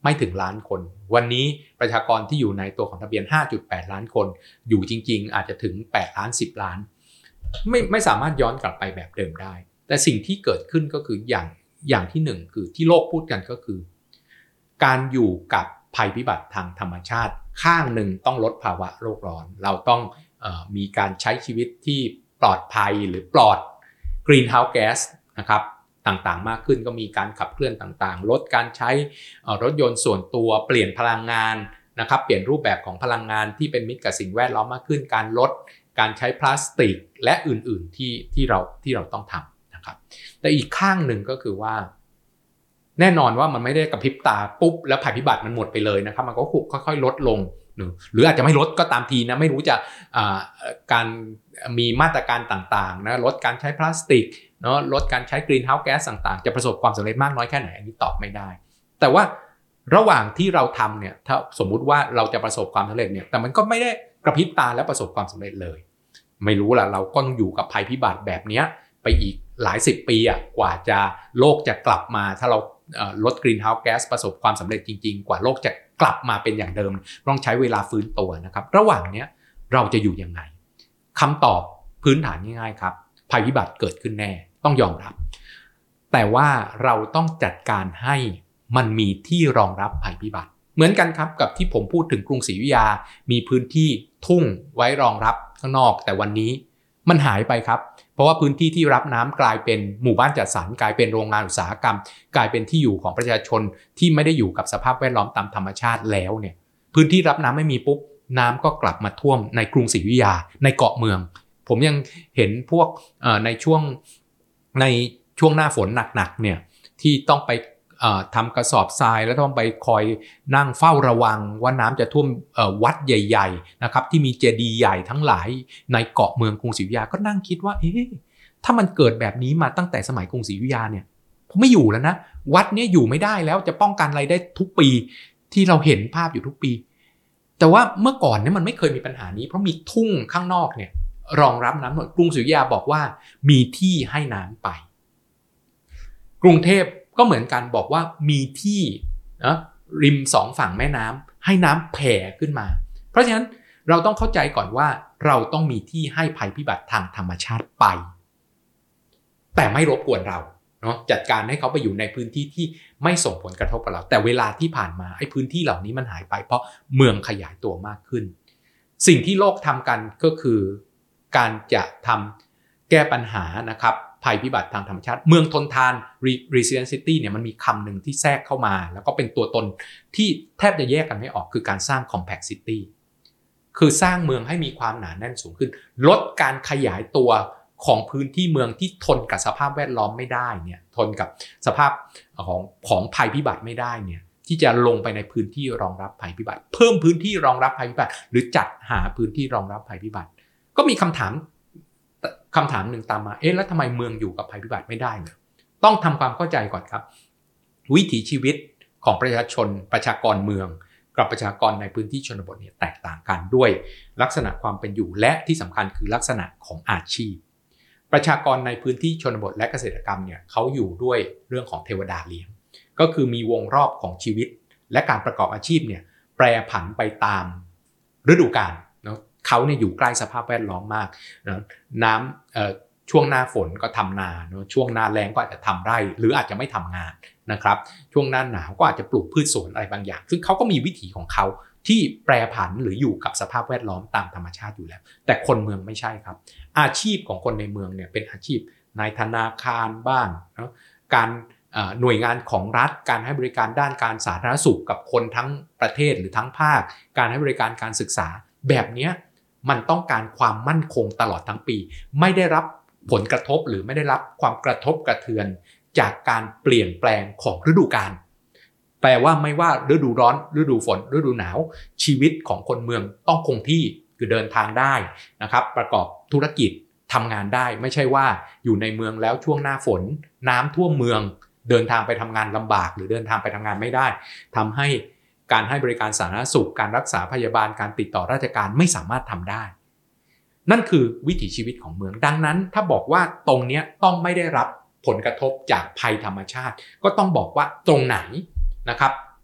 Speaker 1: ไม่ถึงล้านคนวันนี้ประชากรที่อยู่ในตัวของทะเบียน ห้าจุดแปด ล้านคนอยู่จริงๆอาจจะถึงแปดล้านสิบล้านไม่ไม่สามารถย้อนกลับไปแบบเดิมได้แต่สิ่งที่เกิดขึ้นก็คืออย่างอย่างที่หนึ่งคือที่โลกพูดกันก็คือการอยู่กับภัยพิบัติทางธรรมชาติข้างหนึ่งต้องลดภาวะโลกร้อนเราต้องเอ่อมีการใช้ชีวิตที่ปลอดภัยหรือปลอด greenhouse gas นะครับต่างๆมากขึ้นก็มีการขับเคลื่อนต่างๆลดการใช้รถยนต์ส่วนตัวเปลี่ยนพลังงานนะครับเปลี่ยนรูปแบบของพลังงานที่เป็นมิตรกับสิ่งแวดล้อมมากขึ้นการลดการใช้พลาสติกและอื่นๆที่ที่เราที่เราต้องทำนะครับแต่อีกข้างหนึ่งก็คือว่าแน่นอนว่ามันไม่ได้กระพริบตาปุ๊บแล้วภัยพิบัติมันหมดไปเลยนะครับมันก็ค่อยๆลดลงหรืออาจจะไม่ลดก็ตามทีนะไม่รู้จะการมีมาตรการต่างๆนะลดการใช้พลาสติกเนาะลดการใช้ greenhouse gas ต่างๆจะประสบความสำเร็จมากน้อยแค่ไหนอันนี้ตอบไม่ได้แต่ว่าระหว่างที่เราทำเนี่ยถ้าสมมุติว่าเราจะประสบความสำเร็จเนี่ยแต่มันก็ไม่ได้กระพริบตาแล้วประสบความสำเร็จเลยไม่รู้ล่ะเราก็ต้องอยู่กับภัยพิบัติแบบนี้ไปอีกหลายสิบปีอ่ะกว่าจะโลกจะกลับมาถ้าเราลด greenhouse gas ประสบความสำเร็จจริงๆกว่าโลกจะกลับมาเป็นอย่างเดิมต้องใช้เวลาฟื้นตัวนะครับระหว่างนี้เราจะอยู่ยังไงคำตอบพื้นฐานง่ายๆครับภัยพิบัติเกิดขึ้นแน่ต้องยอมรับแต่ว่าเราต้องจัดการให้มันมีที่รองรับภัยพิบัติเหมือนกันครับกับที่ผมพูดถึงกรุงศรีอยุธยามีพื้นที่ทุ่งไว้รองรับข้างนอกแต่วันนี้มันหายไปครับเพราะว่าพื้นที่ที่รับน้ำกลายเป็นหมู่บ้านจัดสรรกลายเป็นโรงงานอุตสาหกรรมกลายเป็นที่อยู่ของประชาชนที่ไม่ได้อยู่กับสภาพแวดล้อมตามธรรมชาติแล้วเนี่ยพื้นที่รับน้ำไม่มีปุ๊บน้ำก็กลับมาท่วมในกรุงศรีอยุธยาในเกาะเมืองผมยังเห็นพวกในช่วงในช่วงหน้าฝนหนักๆเนี่ยที่ต้องไปทำกระสอบทรายแล้วต้องไปคอยนั่งเฝ้าระวังว่าน้ำจะท่วมวัดใหญ่ๆนะครับที่มีเจดีย์ใหญ่ทั้งหลายในเกาะเมืองกรุงศรีอยุธยาก็นั่งคิดว่าเอ๊ะถ้ามันเกิดแบบนี้มาตั้งแต่สมัยกรุงศรีอยุธยาเนี่ยผมไม่อยู่แล้วนะวัดนี้อยู่ไม่ได้แล้วจะป้องกันอะไรได้ทุกปีที่เราเห็นภาพอยู่ทุกปีแต่ว่าเมื่อก่อนเนี่ยมันไม่เคยมีปัญหานี้เพราะมีทุ่งข้างนอกเนี่ยรองรับน้ำหมดกรุงศรีอยุธยาบอกว่ามีที่ให้น้ำไปกรุงเทพก็เหมือนกันบอกว่ามีที่นะริมสองฝั่งแม่น้ำให้น้ำแผ่ขึ้นมาเพราะฉะนั้นเราต้องเข้าใจก่อนว่าเราต้องมีที่ให้ภัยพิบัติทางธรรมชาติไปแต่ไม่รบกวนเราเนาะจัดการให้เขาไปอยู่ในพื้นที่ที่ไม่ส่งผลกระทบกับเราแต่เวลาที่ผ่านมาไอ้พื้นที่เหล่านี้มันหายไปเพราะเมืองขยายตัวมากขึ้นสิ่งที่โลกทำกันก็คือการจะทำแก้ปัญหานะครับภัยพิบัติทางธรรมชาติเมืองทนทาน resilient city เนี่ยมันมีคำหนึ่งที่แทรกเข้ามาแล้วก็เป็นตัวตนที่แทบจะแยกกันไม่ออกคือการสร้าง compact city คือสร้างเมืองให้มีความหนาแน่นสูงขึ้นลดการขยายตัวของพื้นที่เมืองที่ทนกับสภาพแวดล้อมไม่ได้เนี่ยทนกับสภาพของของภัยพิบัติไม่ได้เนี่ยที่จะลงไปในพื้นที่รองรับภัยพิบัติเพิ่มพื้นที่รองรับภัยพิบัติหรือจัดหาพื้นที่รองรับภัยพิบัติก็มีคำถามคำถามหนึ่งตามมาเอ๊ะแล้วทำไมเมืองอยู่กับภัยพิบัติไม่ได้เนี่ยต้องทำความเข้าใจก่อนครับวิถีชีวิตของประชาชนประชากรเมืองกับประชากรในพื้นที่ชนบทเนี่ยแตกต่างกันด้วยลักษณะความเป็นอยู่และที่สำคัญคือลักษณะของอาชีพประชากรในพื้นที่ชนบทและเกษตรกรรมเนี่ยเขาอยู่ด้วยเรื่องของเทวดาเลี้ยงก็คือมีวงรอบของชีวิตและการประกอบอาชีพเนี่ยแปรผันไปตามฤดูกาลเนาะเขาเนี่ยอยู่ใกล้สภาพแวดล้อมมากนะน้ำเอ่อช่วงหน้าฝนก็ทำนาเนาะช่วงหน้าแล้งก็อาจจะทำไร่หรืออาจจะไม่ทำงานนะครับช่วงหน้าหนาวก็อาจจะปลูกพืชสวนอะไรบางอย่างซึ่งเขาก็มีวิถีของเขาที่แปรผันหรืออยู่กับสภาพแวดล้อมตามธรรมชาติอยู่แล้วแต่คนเมืองไม่ใช่ครับอาชีพของคนในเมืองเนี่ยเป็นอาชีพนายธนาคารบ้างเนาะการหน่วยงานของรัฐการให้บริการด้านการสาธารณสุขกับคนทั้งประเทศหรือทั้งภาคการให้บริการการศึกษาแบบนี้มันต้องการความมั่นคงตลอดทั้งปีไม่ได้รับผลกระทบหรือไม่ได้รับความกระทบกระเทือนจากการเปลี่ยนแปลงของฤดูกาลแปลว่าไม่ว่าฤดูร้อนฤดูฝนฤดูหนาวชีวิตของคนเมืองต้องคงที่คือเดินทางได้นะครับประกอบธุรกิจทำงานได้ไม่ใช่ว่าอยู่ในเมืองแล้วช่วงหน้าฝนน้ำท่วมเมืองเดินทางไปทำงานลำบากหรือเดินทางไปทำงานไม่ได้ทำให้การให้บริการสาธารณสุขการรักษาพยาบาลการติดต่อราชการไม่สามารถทำได้นั่นคือวิถีชีวิตของเมืองดังนั้นถ้าบอกว่าตรงนี้ต้องไม่ได้รับผลกระทบจากภัยธรรมชาติก็ต้องบอกว่าตรงไหนนะครับ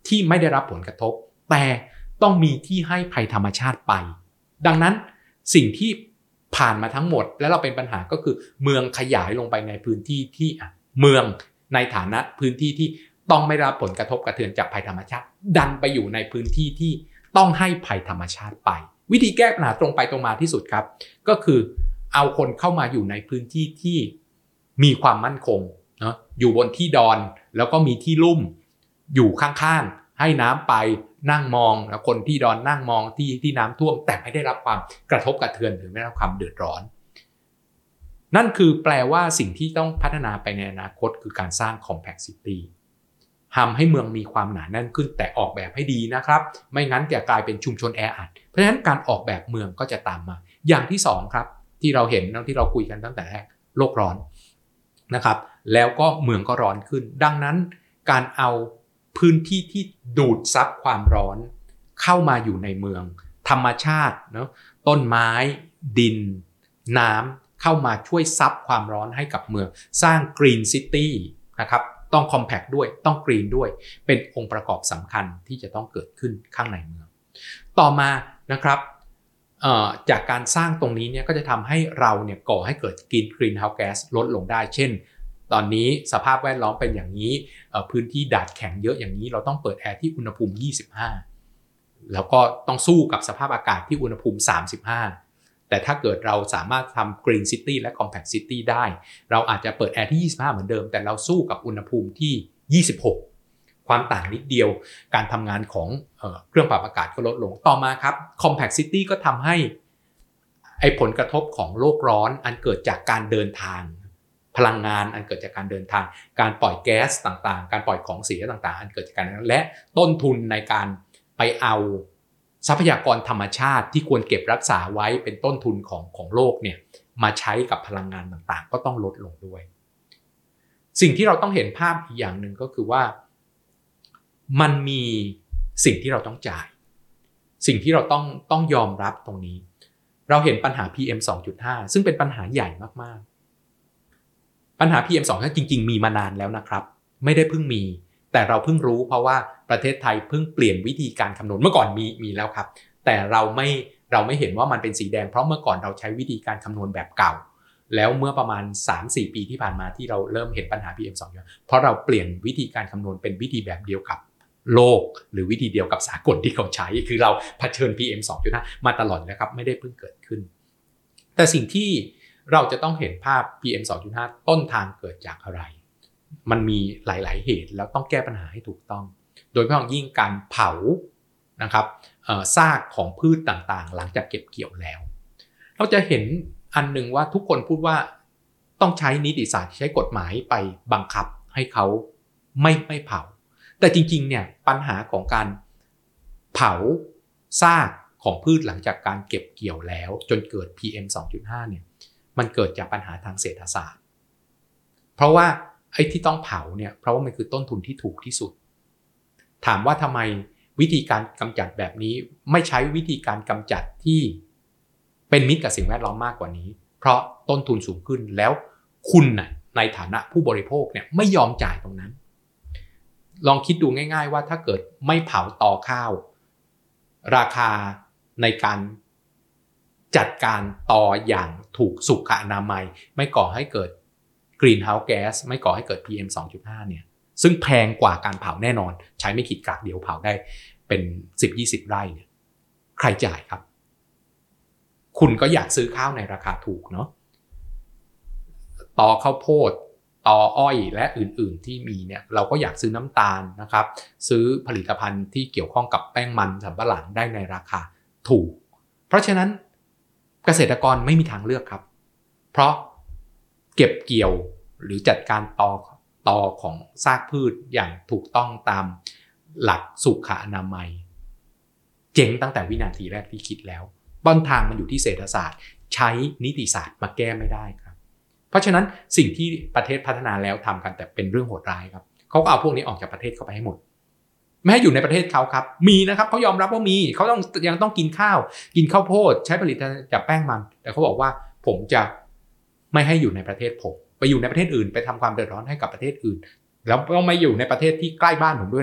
Speaker 1: ที่ไม่ได้รับผลกระทบแต่ต้องมีที่ให้ภัยธรรมชาติไปดังนั้นสิ่งที่ผ่านมาทั้งหมดแล้วเราเป็นปัญหาก็คือเมืองขยายลงไปในพื้นที่ที่เมืองในฐานะพื้นที่ที่ต้องไม่ได้รับผลกระทบกระเทือนจากภัยธรรมชาติดันไปอยู่ในพื้นที่ที่ต้องให้ภัยธรรมชาติไปวิธีแก้ปัญหาตรงไปตรงมาที่สุดครับก็คือเอาคนเข้ามาอยู่ในพื้นที่ที่มีความมั่นคงเนาะอยู่บนที่ดอนแล้วก็มีที่ลุ่มอยู่ข้างๆให้น้ำไปนั่งมองแล้วคนที่ดอนนั่งมองที่ที่น้ำท่วมแต่ไม่ได้รับความกระทบกระเทือนหรือไม่ได้รับความเดือดร้อนนั่นคือแปลว่าสิ่งที่ต้องพัฒนาไปในอนาคตคือการสร้าง compact city ทำให้เมืองมีความหนาแน่นขึ้นแต่ออกแบบให้ดีนะครับไม่งั้นจะกลายเป็นชุมชนแออัดเพราะฉะนั้นการออกแบบเมืองก็จะตามมาอย่างที่สองครับที่เราเห็นที่เราคุยกันตั้งแต่แรกโลกร้อนนะครับแล้วก็เมืองก็ร้อนขึ้นดังนั้นการเอาพื้นที่ที่ดูดซับความร้อนเข้ามาอยู่ในเมืองธรรมชาติเนาะต้นไม้ดินน้ำเข้ามาช่วยซับความร้อนให้กับเมืองสร้าง Green City นะครับต้อง Compact ด้วยต้อง Green ด้วยเป็นองค์ประกอบสำคัญที่จะต้องเกิดขึ้นข้างในเมืองต่อมานะครับจากการสร้างตรงนี้เนี่ยก็จะทำให้เราเนี่ยก่อให้เกิด Greenhouse Gas ลดลงได้เช่นตอนนี้สภาพแวดล้อมเป็นอย่างนี้พื้นที่ดาดแข็งเยอะอย่างนี้เราต้องเปิดแอร์ที่อุณหภูมิยี่สิบห้าแล้วก็ต้องสู้กับสภาพอากาศที่อุณหภูมิสามสิบห้าแต่ถ้าเกิดเราสามารถทำ Green City และ Compact City ได้เราอาจจะเปิดแอร์ที่ยี่สิบห้าเหมือนเดิมแต่เราสู้กับอุณหภูมิที่ยี่สิบหกความต่างนิดเดียวการทำงานของเอ่อเครื่องปรับอากาศก็ลดลงต่อมาครับ Compact City ก็ทำให้ไอ้ผลกระทบของโลกร้อนอันเกิดจากการเดินทางพลังงานอันเกิดจากการเดินทางการปล่อยแก๊สต่างๆการปล่อยของเสียต่างๆอันเกิดจากการและต้นทุนในการไปเอาทรัพยากรธรรมชาติที่ควรเก็บรักษาไว้เป็นต้นทุนของของโลกเนี่ยมาใช้กับพลังงานต่างๆก็ต้องลดลงด้วยสิ่งที่เราต้องเห็นภาพอีกอย่างหนึ่งก็คือว่ามันมีสิ่งที่เราต้องจ่ายสิ่งที่เราต้องต้องยอมรับตรงนี้เราเห็นปัญหา พี เอ็ม สองจุดห้า ซึ่งเป็นปัญหาใหญ่มากๆปัญหา พี เอ็ม สองจุดห้า จริงๆมีมานานแล้วนะครับไม่ได้เพิ่งมีแต่เราเพิ่งรู้เพราะว่าประเทศไทยเพิ่งเปลี่ยนวิธีการคำนวณเมื่อก่อนมีมีแล้วครับแต่เราไม่เราไม่เห็นว่ามันเป็นสีแดงเพราะเมื่อก่อนเราใช้วิธีการคำนวณแบบเก่าแล้วเมื่อประมาณ สามถึงสี่ ปีที่ผ่านมาที่เราเริ่มเห็นปัญหา พี เอ็ม สองจุดห้า เพราะเราเปลี่ยนวิธีการคำนวณเป็นวิธีแบบเดียวกับโลกหรือวิธีเดียวกับสากลที่เขาใช้คือเราเผชิญ พี เอ็ม สองจุดห้า มาตลอดนะครับไม่ได้เพิ่งเกิดขึ้นแต่สิ่งที่เราจะต้องเห็นภาพ พี เอ็ม สองจุดห้า ต้นทางเกิดจากอะไรมันมีหลายๆเหตุแล้วต้องแก้ปัญหาให้ถูกต้องโดยเฉพาะยิ่งการเผานะครับซากของพืชต่างๆหลังจากเก็บเกี่ยวแล้วเราจะเห็นอันหนึ่งว่าทุกคนพูดว่าต้องใช้นิติศาสตร์ใช้กฎหมายไปบังคับให้เขาไม่ไม่เผาแต่จริงๆเนี่ยปัญหาของการเผาซากของพืชหลังจากการเก็บเกี่ยวแล้วจนเกิด พี เอ็ม สองจุดห้า เนี่ยมันเกิดจากปัญหาทางเศรษฐศาสตร์เพราะว่าไอ้ที่ต้องเผาเนี่ยเพราะว่ามันคือต้นทุนที่ถูกที่สุดถามว่าทำไมวิธีการกำจัดแบบนี้ไม่ใช้วิธีการกำจัดที่เป็นมิตรกับสิ่งแวดล้อมมากกว่านี้เพราะต้นทุนสูงขึ้นแล้วคุณน่ะในฐานะผู้บริโภคเนี่ยไม่ยอมจ่ายตรงนั้นลองคิดดูง่ายๆว่าถ้าเกิดไม่เผาตอข้าวราคาในการจัดการตออย่างถูกสุขอนามัยไม่ก่อให้เกิดGreenhouse Gas ไม่ก่อให้เกิด พี เอ็ม สองจุดห้า เนี่ยซึ่งแพงกว่าการเผาแน่นอนใช้ไม่ขีดกากเดียวเผาได้เป็น สิบถึงยี่สิบ ไร่เนี่ยใครจ่ายครับคุณก็อยากซื้อข้าวในราคาถูกเนาะตอข้าวโพดตออ้อยและอื่นๆที่มีเนี่ยเราก็อยากซื้อน้ำตาลนะครับซื้อผลิตภัณฑ์ที่เกี่ยวข้องกับแป้งมันสำปะหลังได้ในราคาถูกเพราะฉะนั้นเกษตรกรไม่มีทางเลือกครับเพราะเก็บเกี่ยวหรือจัดการตอตอของซากพืชอย่างถูกต้องตามหลักสุขอนามัยเจ๊งตั้งแต่วินาทีแรกที่คิดแล้วต้นทางมันอยู่ที่เศรษฐศาสตร์ใช้นิติศาสตร์มาแก้ไม่ได้ครับเพราะฉะนั้นสิ่งที่ประเทศพัฒนาแล้วทำกันแต่เป็นเรื่องโหดร้ายครับเขาก็เอาพวกนี้ออกจากประเทศเขาไปให้หมดไม่ให้อยู่ในประเทศเขาครับมีนะครับเขายอมรับว่ามีเขาต้องยังต้องกินข้าวกินข้าวโพดใช้ผลิตจากแป้งมันแต่เขาบอกว่าผมจะไม่ให้อยู่ในประเทศผมไปอยู่ในประเทศอื่นไปทำความเดือดร้อนให้กับประเทศอื่นแล้วก็ไม่อยู่ในประเทศที่ใกล้บ้านผมด้วยนะ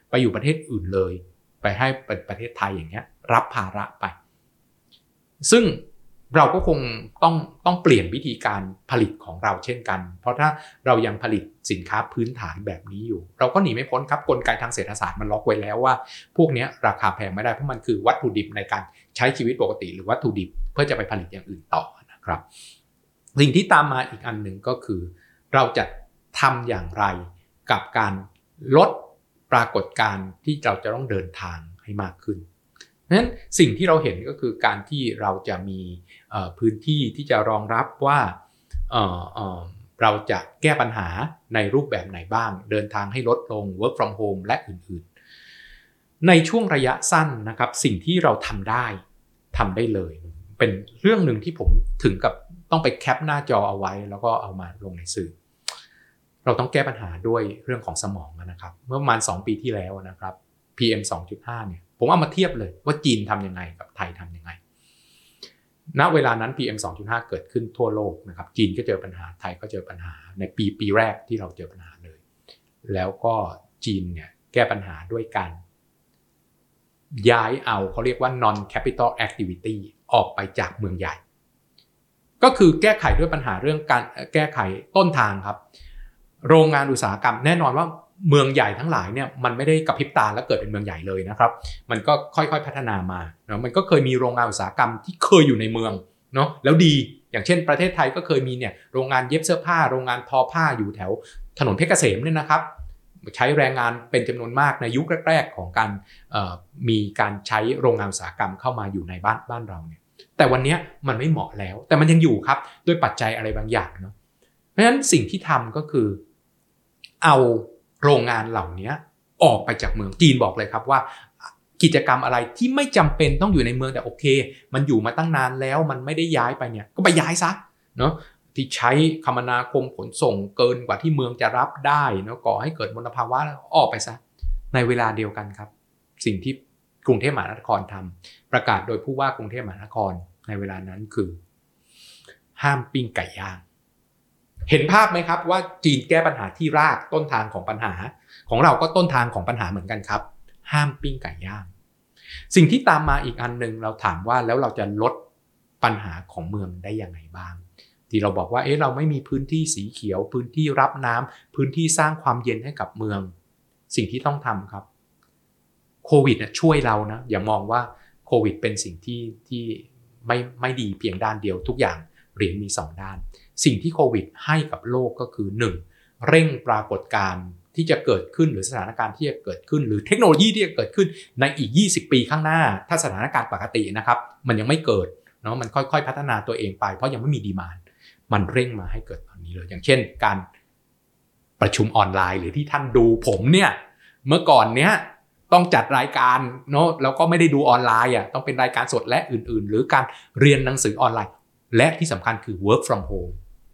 Speaker 1: ไปอยู่ประเทศอื่นเลยไปให้เป็นประเทศไทยอย่างเงี้ยรับภาระไปซึ่งเราก็คงต้องต้องเปลี่ยนวิธีการผลิตของเราเช่นกันเพราะถ้าเรายังผลิตสินค้าพื้นฐานแบบนี้อยู่เราก็หนีไม่พ้นครับกลไกทางเศรษฐศาสตร์มันล็อกไว้แล้วว่าพวกนี้ราคาแพงไม่ได้เพราะมันคือวัตถุดิบในการใช้ชีวิตปกติหรือวัตถุดิบเพื่อจะไปผลิตอย่างอื่นต่อนะครับสิ่งที่ตามมาอีกอันหนึ่งก็คือเราจะทำอย่างไรกับการลดปรากฏการณ์ที่เราจะต้องเดินทางให้มากขึ้นนั้นสิ่งที่เราเห็นก็คือการที่เราจะมีพื้นที่ที่จะรองรับว่าเอ่อเอ่อเราจะแก้ปัญหาในรูปแบบไหนบ้างเดินทางให้ลดลง work from home และอื่นๆในช่วงระยะสั้นนะครับสิ่งที่เราทำได้ทำได้เลยเป็นเรื่องหนึ่งที่ผมถึงกับต้องไปแคปหน้าจอเอาไว้แล้วก็เอามาลงในสื่อเราต้องแก้ปัญหาด้วยเรื่องของสมองนะครับเมื่อประมาณสองปีที่แล้วนะครับ พี เอ็ม สองจุดห้า เนี่ยผมเอามาเทียบเลยว่าจีนทำยังไงกับไทยทำยังไงณเวลานั้น พี เอ็ม สองจุดห้า เกิดขึ้นทั่วโลกนะครับจีนก็เจอปัญหาไทยก็เจอปัญหาในปีปีแรกที่เราเจอปัญหาเลยแล้วก็จีนเนี่ยแก้ปัญหาด้วยการย้ายเอาเขาเรียกว่า non capital activity ออกไปจากเมืองใหญ่ก็คือแก้ไขด้วยปัญหาเรื่องการแก้ไขต้นทางครับโรงงานอุตสาหกรรมแน่นอนว่าเมืองใหญ่ทั้งหลายเนี่ยมันไม่ได้กระพริบตาแล้วเกิดเป็นเมืองใหญ่เลยนะครับมันก็ค่อยๆพัฒนามาเนาะมันก็เคยมีโรงงานอุตสาหกรรมที่เคยอยู่ในเมืองเนาะแล้วดีอย่างเช่นประเทศไทยก็เคยมีเนี่ยโรงงานเย็บเสื้อผ้าโรงงานทอผ้าอยู่แถวถนนเพชรเกษมเนี่ยนะครับใช้แรงงานเป็นจำนวนมากในยุคแรกๆของการมีการใช้โรงงานอุตสาหกรรมเข้ามาอยู่ในบ้านบ้านเราเนี่ยแต่วันนี้มันไม่เหมาะแล้วแต่มันยังอยู่ครับด้วยปัจจัยอะไรบางอย่างเนาะเพราะฉะนั้นสิ่งที่ทำก็คือเอาโรงงานเหล่านี้ออกไปจากเมืองจีนบอกเลยครับว่ากิจกรรมอะไรที่ไม่จำเป็นต้องอยู่ในเมืองแต่โอเคมันอยู่มาตั้งนานแล้วมันไม่ได้ย้ายไปเนี่ยก็ไปย้ายซะเนาะที่ใช้คมนาคมขนส่งเกินกว่าที่เมืองจะรับได้เนาะก่อให้เกิดมลภาวะแล้วออกไปซะในเวลาเดียวกันครับสิ่งที่กรุงเทพมหานครทำประกาศโดยผู้ว่ากรุงเทพมหานครในเวลานั้นคือห้ามปิ้งไก่ย่างเห็นภาพไหมครับว่าจีนแก้ปัญหาที่รากต้นทางของปัญหาของเราก็ต้นทางของปัญหาเหมือนกันครับห้ามปิ้งไก่ย่างสิ่งที่ตามมาอีกอันนึงเราถามว่าแล้วเราจะลดปัญหาของเมืองได้ยังไงบ้างที่เราบอกว่าเอ๊ะเราไม่มีพื้นที่สีเขียวพื้นที่รับน้ำพื้นที่สร้างความเย็นให้กับเมืองสิ่งที่ต้องทำครับโควิดนะช่วยเรานะอย่ามองว่าโควิดเป็นสิ่งที่ที่ไม่ไม่ดีเพียงด้านเดียวทุกอย่างเหรียญมีสองด้านสิ่งที่โควิดให้กับโลกก็คือหนึ่งเร่งปรากฏการณ์ที่จะเกิดขึ้นหรือสถานการณ์ที่จะเกิดขึ้นหรือเทคโนโลยีที่จะเกิดขึ้นในอีกยี่สิบปีข้างหน้าถ้าสถานการณ์ปกตินะครับมันยังไม่เกิดเนาะมันค่อยๆพัฒนาตัวเองไปเพราะยังไม่มีดีมานด์มันเร่งมาให้เกิดตอนนี้เลยอย่างเช่นการประชุมออนไลน์หรือที่ท่านดูผมเนี่ยเมื่อก่อนเนี้ยต้องจัดรายการเนาะแล้วก็ไม่ได้ดูออนไลน์อ่ะต้องเป็นรายการสดและอื่นๆหรือการเรียนหนังสือออนไลน์และที่สำคัญคือ work from home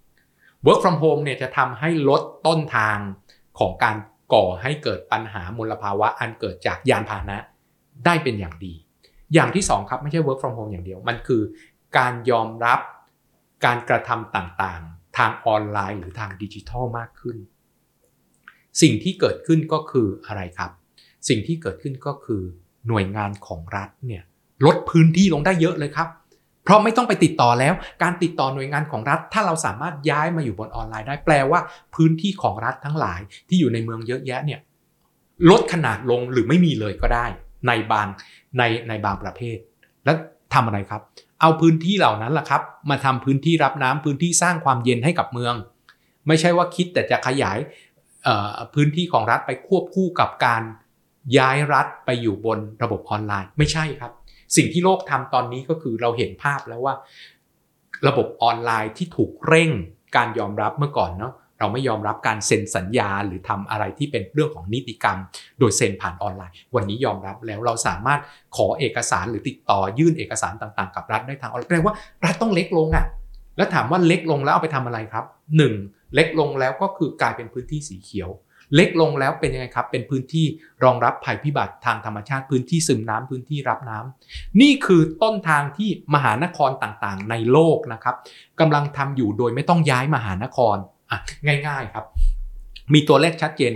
Speaker 1: work from home เนี่ยจะทำให้ลดต้นทางของการก่อให้เกิดปัญหามลภาวะอันเกิดจากยานพาหนะได้เป็นอย่างดีอย่างที่สองครับไม่ใช่ work from home อย่างเดียวมันคือการยอมรับการกระทำต่างๆทางออนไลน์หรือทางดิจิทัลมากขึ้นสิ่งที่เกิดขึ้นก็คืออะไรครับสิ่งที่เกิดขึ้นก็คือหน่วยงานของรัฐเนี่ยลดพื้นที่ลงได้เยอะเลยครับเพราะไม่ต้องไปติดต่อแล้วการติดต่อหน่วยงานของรัฐถ้าเราสามารถย้ายมาอยู่บนออนไลน์ได้แปลว่าพื้นที่ของรัฐทั้งหลายที่อยู่ในเมืองเยอะแยะเนี่ยลดขนาดลงหรือไม่มีเลยก็ได้ในบางในในบางประเภทแล้วทำอะไรครับเอาพื้นที่เหล่านั้นแหละครับมาทำพื้นที่รับน้ำพื้นที่สร้างความเย็นให้กับเมืองไม่ใช่ว่าคิดแต่จะขยายพื้นที่ของรัฐไปควบคู่กับการย้ายรัฐไปอยู่บนระบบออนไลน์ไม่ใช่ครับสิ่งที่โลกทำตอนนี้ก็คือเราเห็นภาพแล้วว่าระบบออนไลน์ที่ถูกเร่งการยอมรับเมื่อก่อนเนาะเราไม่ยอมรับการเซ็นสัญญาหรือทำอะไรที่เป็นเรื่องของนิติกรรมโดยเซ็นผ่านออนไลน์วันนี้ยอมรับแล้วเราสามารถขอเอกสารหรือติดต่อยื่นเอกสารต่างๆกับรัฐได้ทางออนไลน์แปลว่ารัฐต้องเล็กลงอ่ะแล้วถามว่าเล็กลงแล้วเอาไปทำอะไรครับหนึ่งเล็กลงแล้วก็คือกลายเป็นพื้นที่สีเขียวเล็กลงแล้วเป็นยังไงครับเป็นพื้นที่รองรับภัยพิบัติทางธรรมชาติพื้นที่ซึมน้ำพื้นที่รับน้ำนี่คือต้นทางที่มหานครต่างๆในโลกนะครับกำลังทำอยู่โดยไม่ต้องย้ายมหานครอ่ะง่ายๆครับมีตัวเลขชัดเจนว่า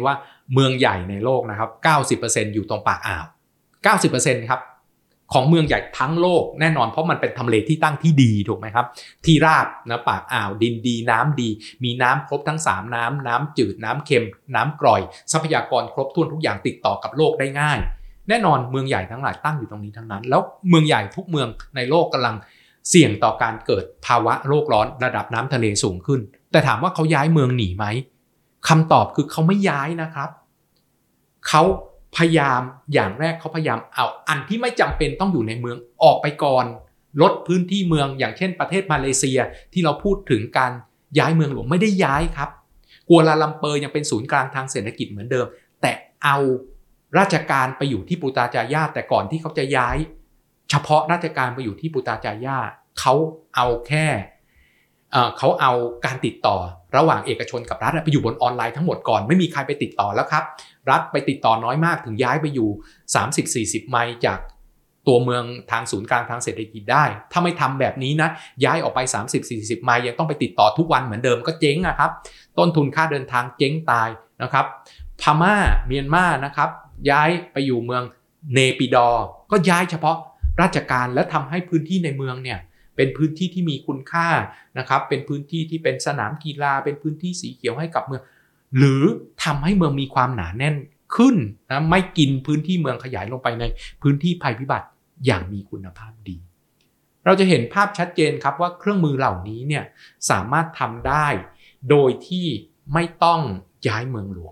Speaker 1: เมืองใหญ่ในโลกนะครับ เก้าสิบเปอร์เซ็นต์ อยู่ตรงปากอ่าว เก้าสิบเปอร์เซ็นต์ ครับของเมืองใหญ่ทั้งโลกแน่นอนเพราะมันเป็นทำเลที่ตั้งที่ดีถูกไหมครับที่ราบนะปากอ่าวดินดีน้ำดีมีน้ำครบทั้งสามน้ำน้ำจืดน้ำเค็มน้ำกร่อยทรัพยากรครบถ้วนทุกอย่างติดต่อกับโลกได้ง่ายแน่นอนเมืองใหญ่ทั้งหลายตั้งอยู่ตรงนี้ทั้งนั้นแล้วเมืองใหญ่ทุกเมืองในโลกกำลังเสี่ยงต่อการเกิดภาวะโลกร้อนระดับน้ำทะเลสูงขึ้นแต่ถามว่าเขาย้ายเมืองหนีไหมคำตอบคือเขาไม่ย้ายนะครับเขาพยายามอย่างแรกเขาพยายามเอาอันที่ไม่จำเป็นต้องอยู่ในเมืองออกไปก่อนลดพื้นที่เมืองอย่างเช่นประเทศมาเลเซียที่เราพูดถึงการย้ายเมืองหลวงไม่ได้ย้ายครับกัวลาลัมเปอร์ยังเป็นศูนย์กลางทางเศรษฐกิจเหมือนเดิมแต่เอาราชการไปอยู่ที่ปูตาจาย่าแต่ก่อนที่เขาจะย้ายเฉพาะราชการไปอยู่ที่ปูตาจาย่าเขาเอาแค่เอ่อเขาเอาการติดต่อระหว่างเอกชนกับรัฐไปอยู่บนออนไลน์ทั้งหมดก่อนไม่มีใครไปติดต่อแล้วครับรัฐไปติดต่อน้อยมากถึงย้ายไปอยู่ สามสิบถึงสี่สิบ ไมล์จากตัวเมืองทางศูนย์กลางทางเศรษฐกิจได้ถ้าไม่ทำแบบนี้นะย้ายออกไป สามสิบถึงสี่สิบ ไมล์ยังต้องไปติดต่อทุกวันเหมือนเดิมก็เจ๊งอะครับต้นทุนค่าเดินทางเจ๊งตายนะครับพม่าเมียนมานะครับย้ายไปอยู่เมืองเนปิดอร์ก็ย้ายเฉพาะราชการและทำให้พื้นที่ในเมืองเนี่ยเป็นพื้นที่ที่มีคุณค่านะครับเป็นพื้นที่ที่เป็นสนามกีฬาเป็นพื้นที่สีเขียวให้กับเมืองหรือทำให้เมืองมีความหนาแน่นขึ้นนะไม่กินพื้นที่เมืองขยายลงไปในพื้นที่ภัยพิบัติอย่างมีคุณภาพดีเราจะเห็นภาพชัดเจนครับว่าเครื่องมือเหล่านี้เนี่ยสามารถทำได้โดยที่ไม่ต้องย้ายเมืองหลวง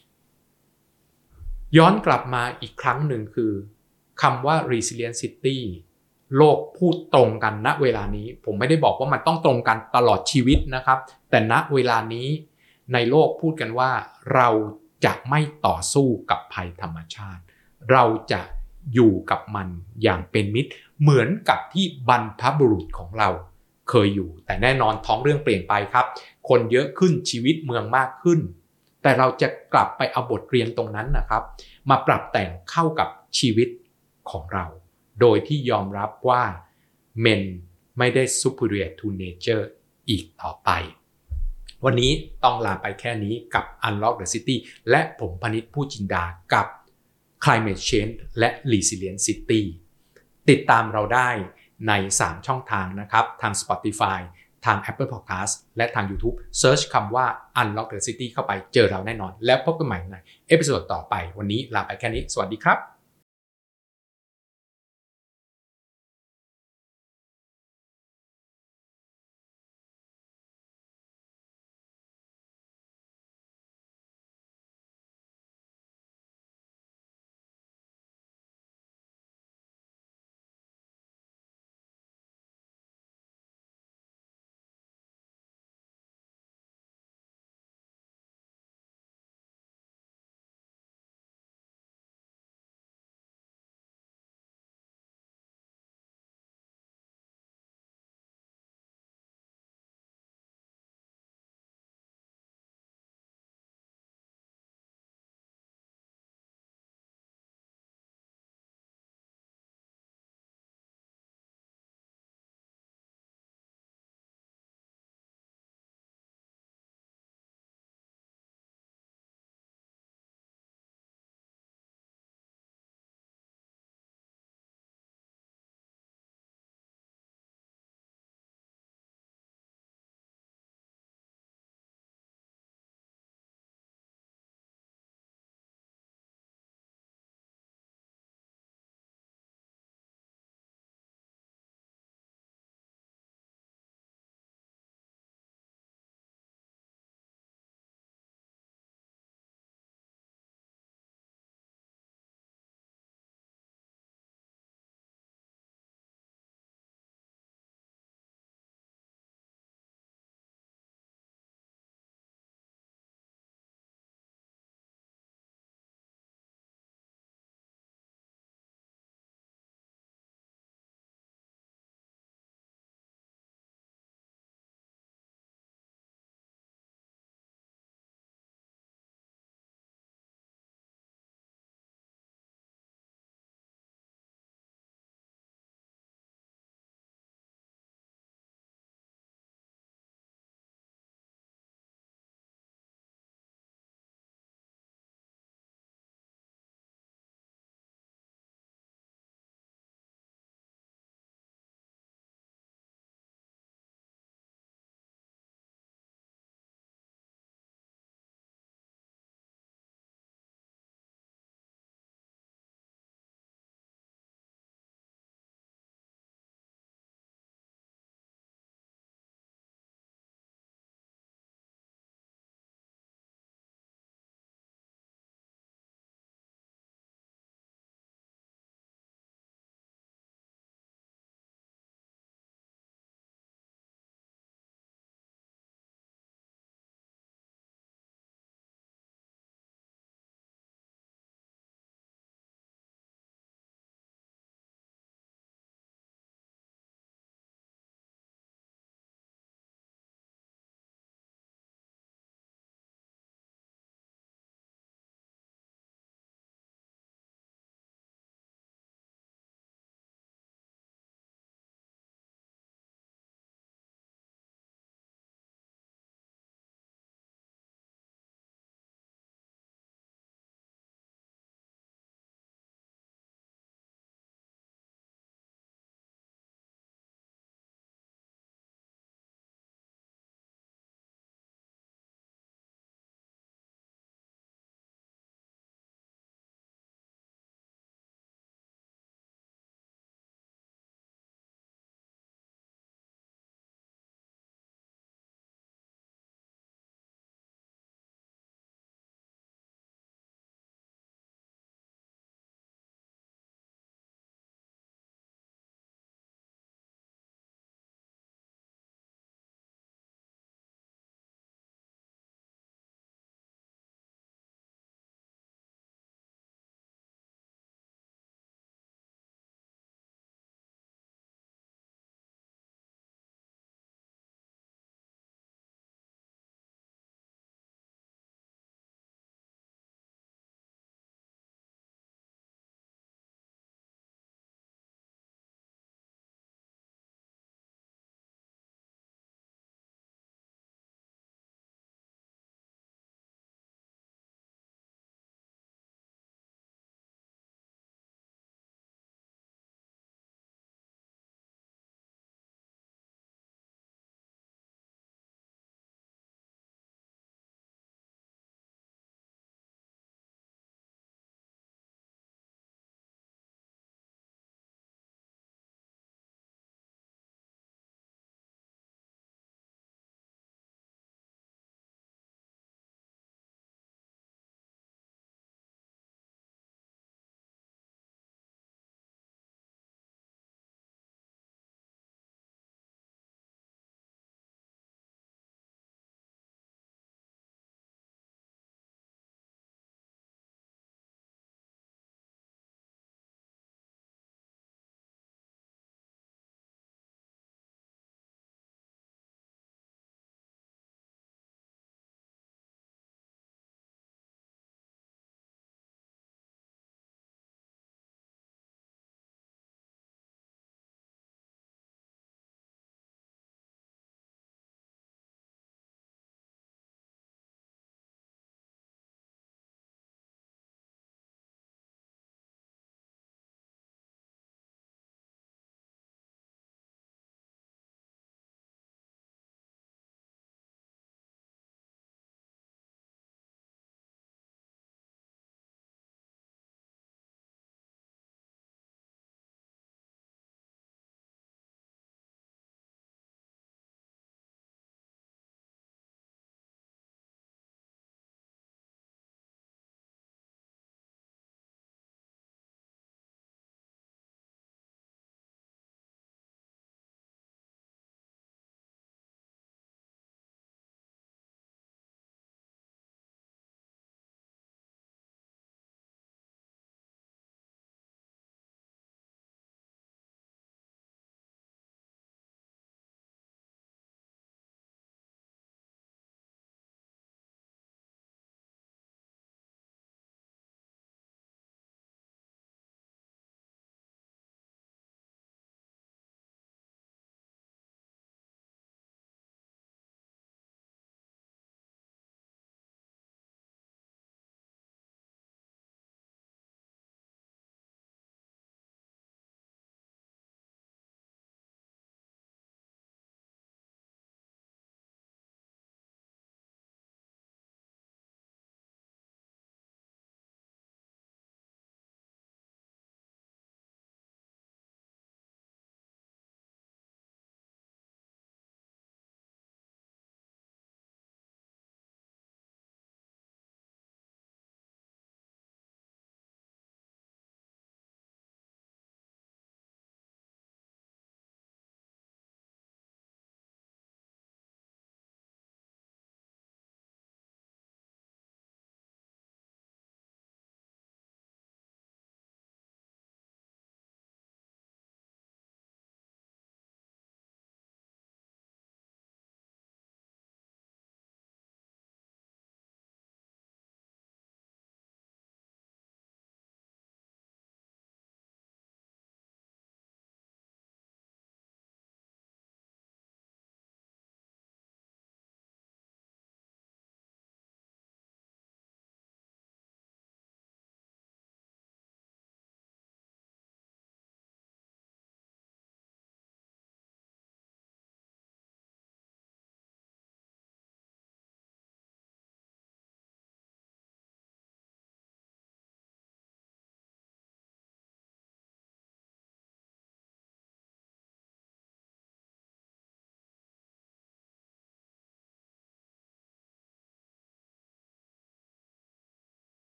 Speaker 1: ย้อนกลับมาอีกครั้งหนึ่งคือคำว่า resilient city โลกพูดตรงกันณเวลานี้ผมไม่ได้บอกว่ามันต้องตรงกันตลอดชีวิตนะครับแต่ณเวลานี้ในโลกพูดกันว่าเราจะไม่ต่อสู้กับภัยธรรมชาติเราจะอยู่กับมันอย่างเป็นมิตรเหมือนกับที่บรรพบุรุษของเราเคยอยู่แต่แน่นอนท้องเรื่องเปลี่ยนไปครับคนเยอะขึ้นชีวิตเมืองมากขึ้นแต่เราจะกลับไปเอาบทเรียนตรงนั้นนะครับมาปรับแต่งเข้ากับชีวิตของเราโดยที่ยอมรับว่า men ไม่ได้ superior to nature อีกต่อไปวันนี้ต้องลาไปแค่นี้กับ Unlock the City และผมพนิษฐ์ผู้จินดากับ Climate Change และ Resilient City ติดตามเราได้ในสามช่องทางนะครับทาง Spotify ทาง Apple Podcast และทาง YouTube Search คำว่า Unlock the City เข้าไปเจอเราแน่นอนแล้วพบกันใหม่ในเอพิโซดต่อไปวันนี้ลาไปแค่นี้สวัสดีครับ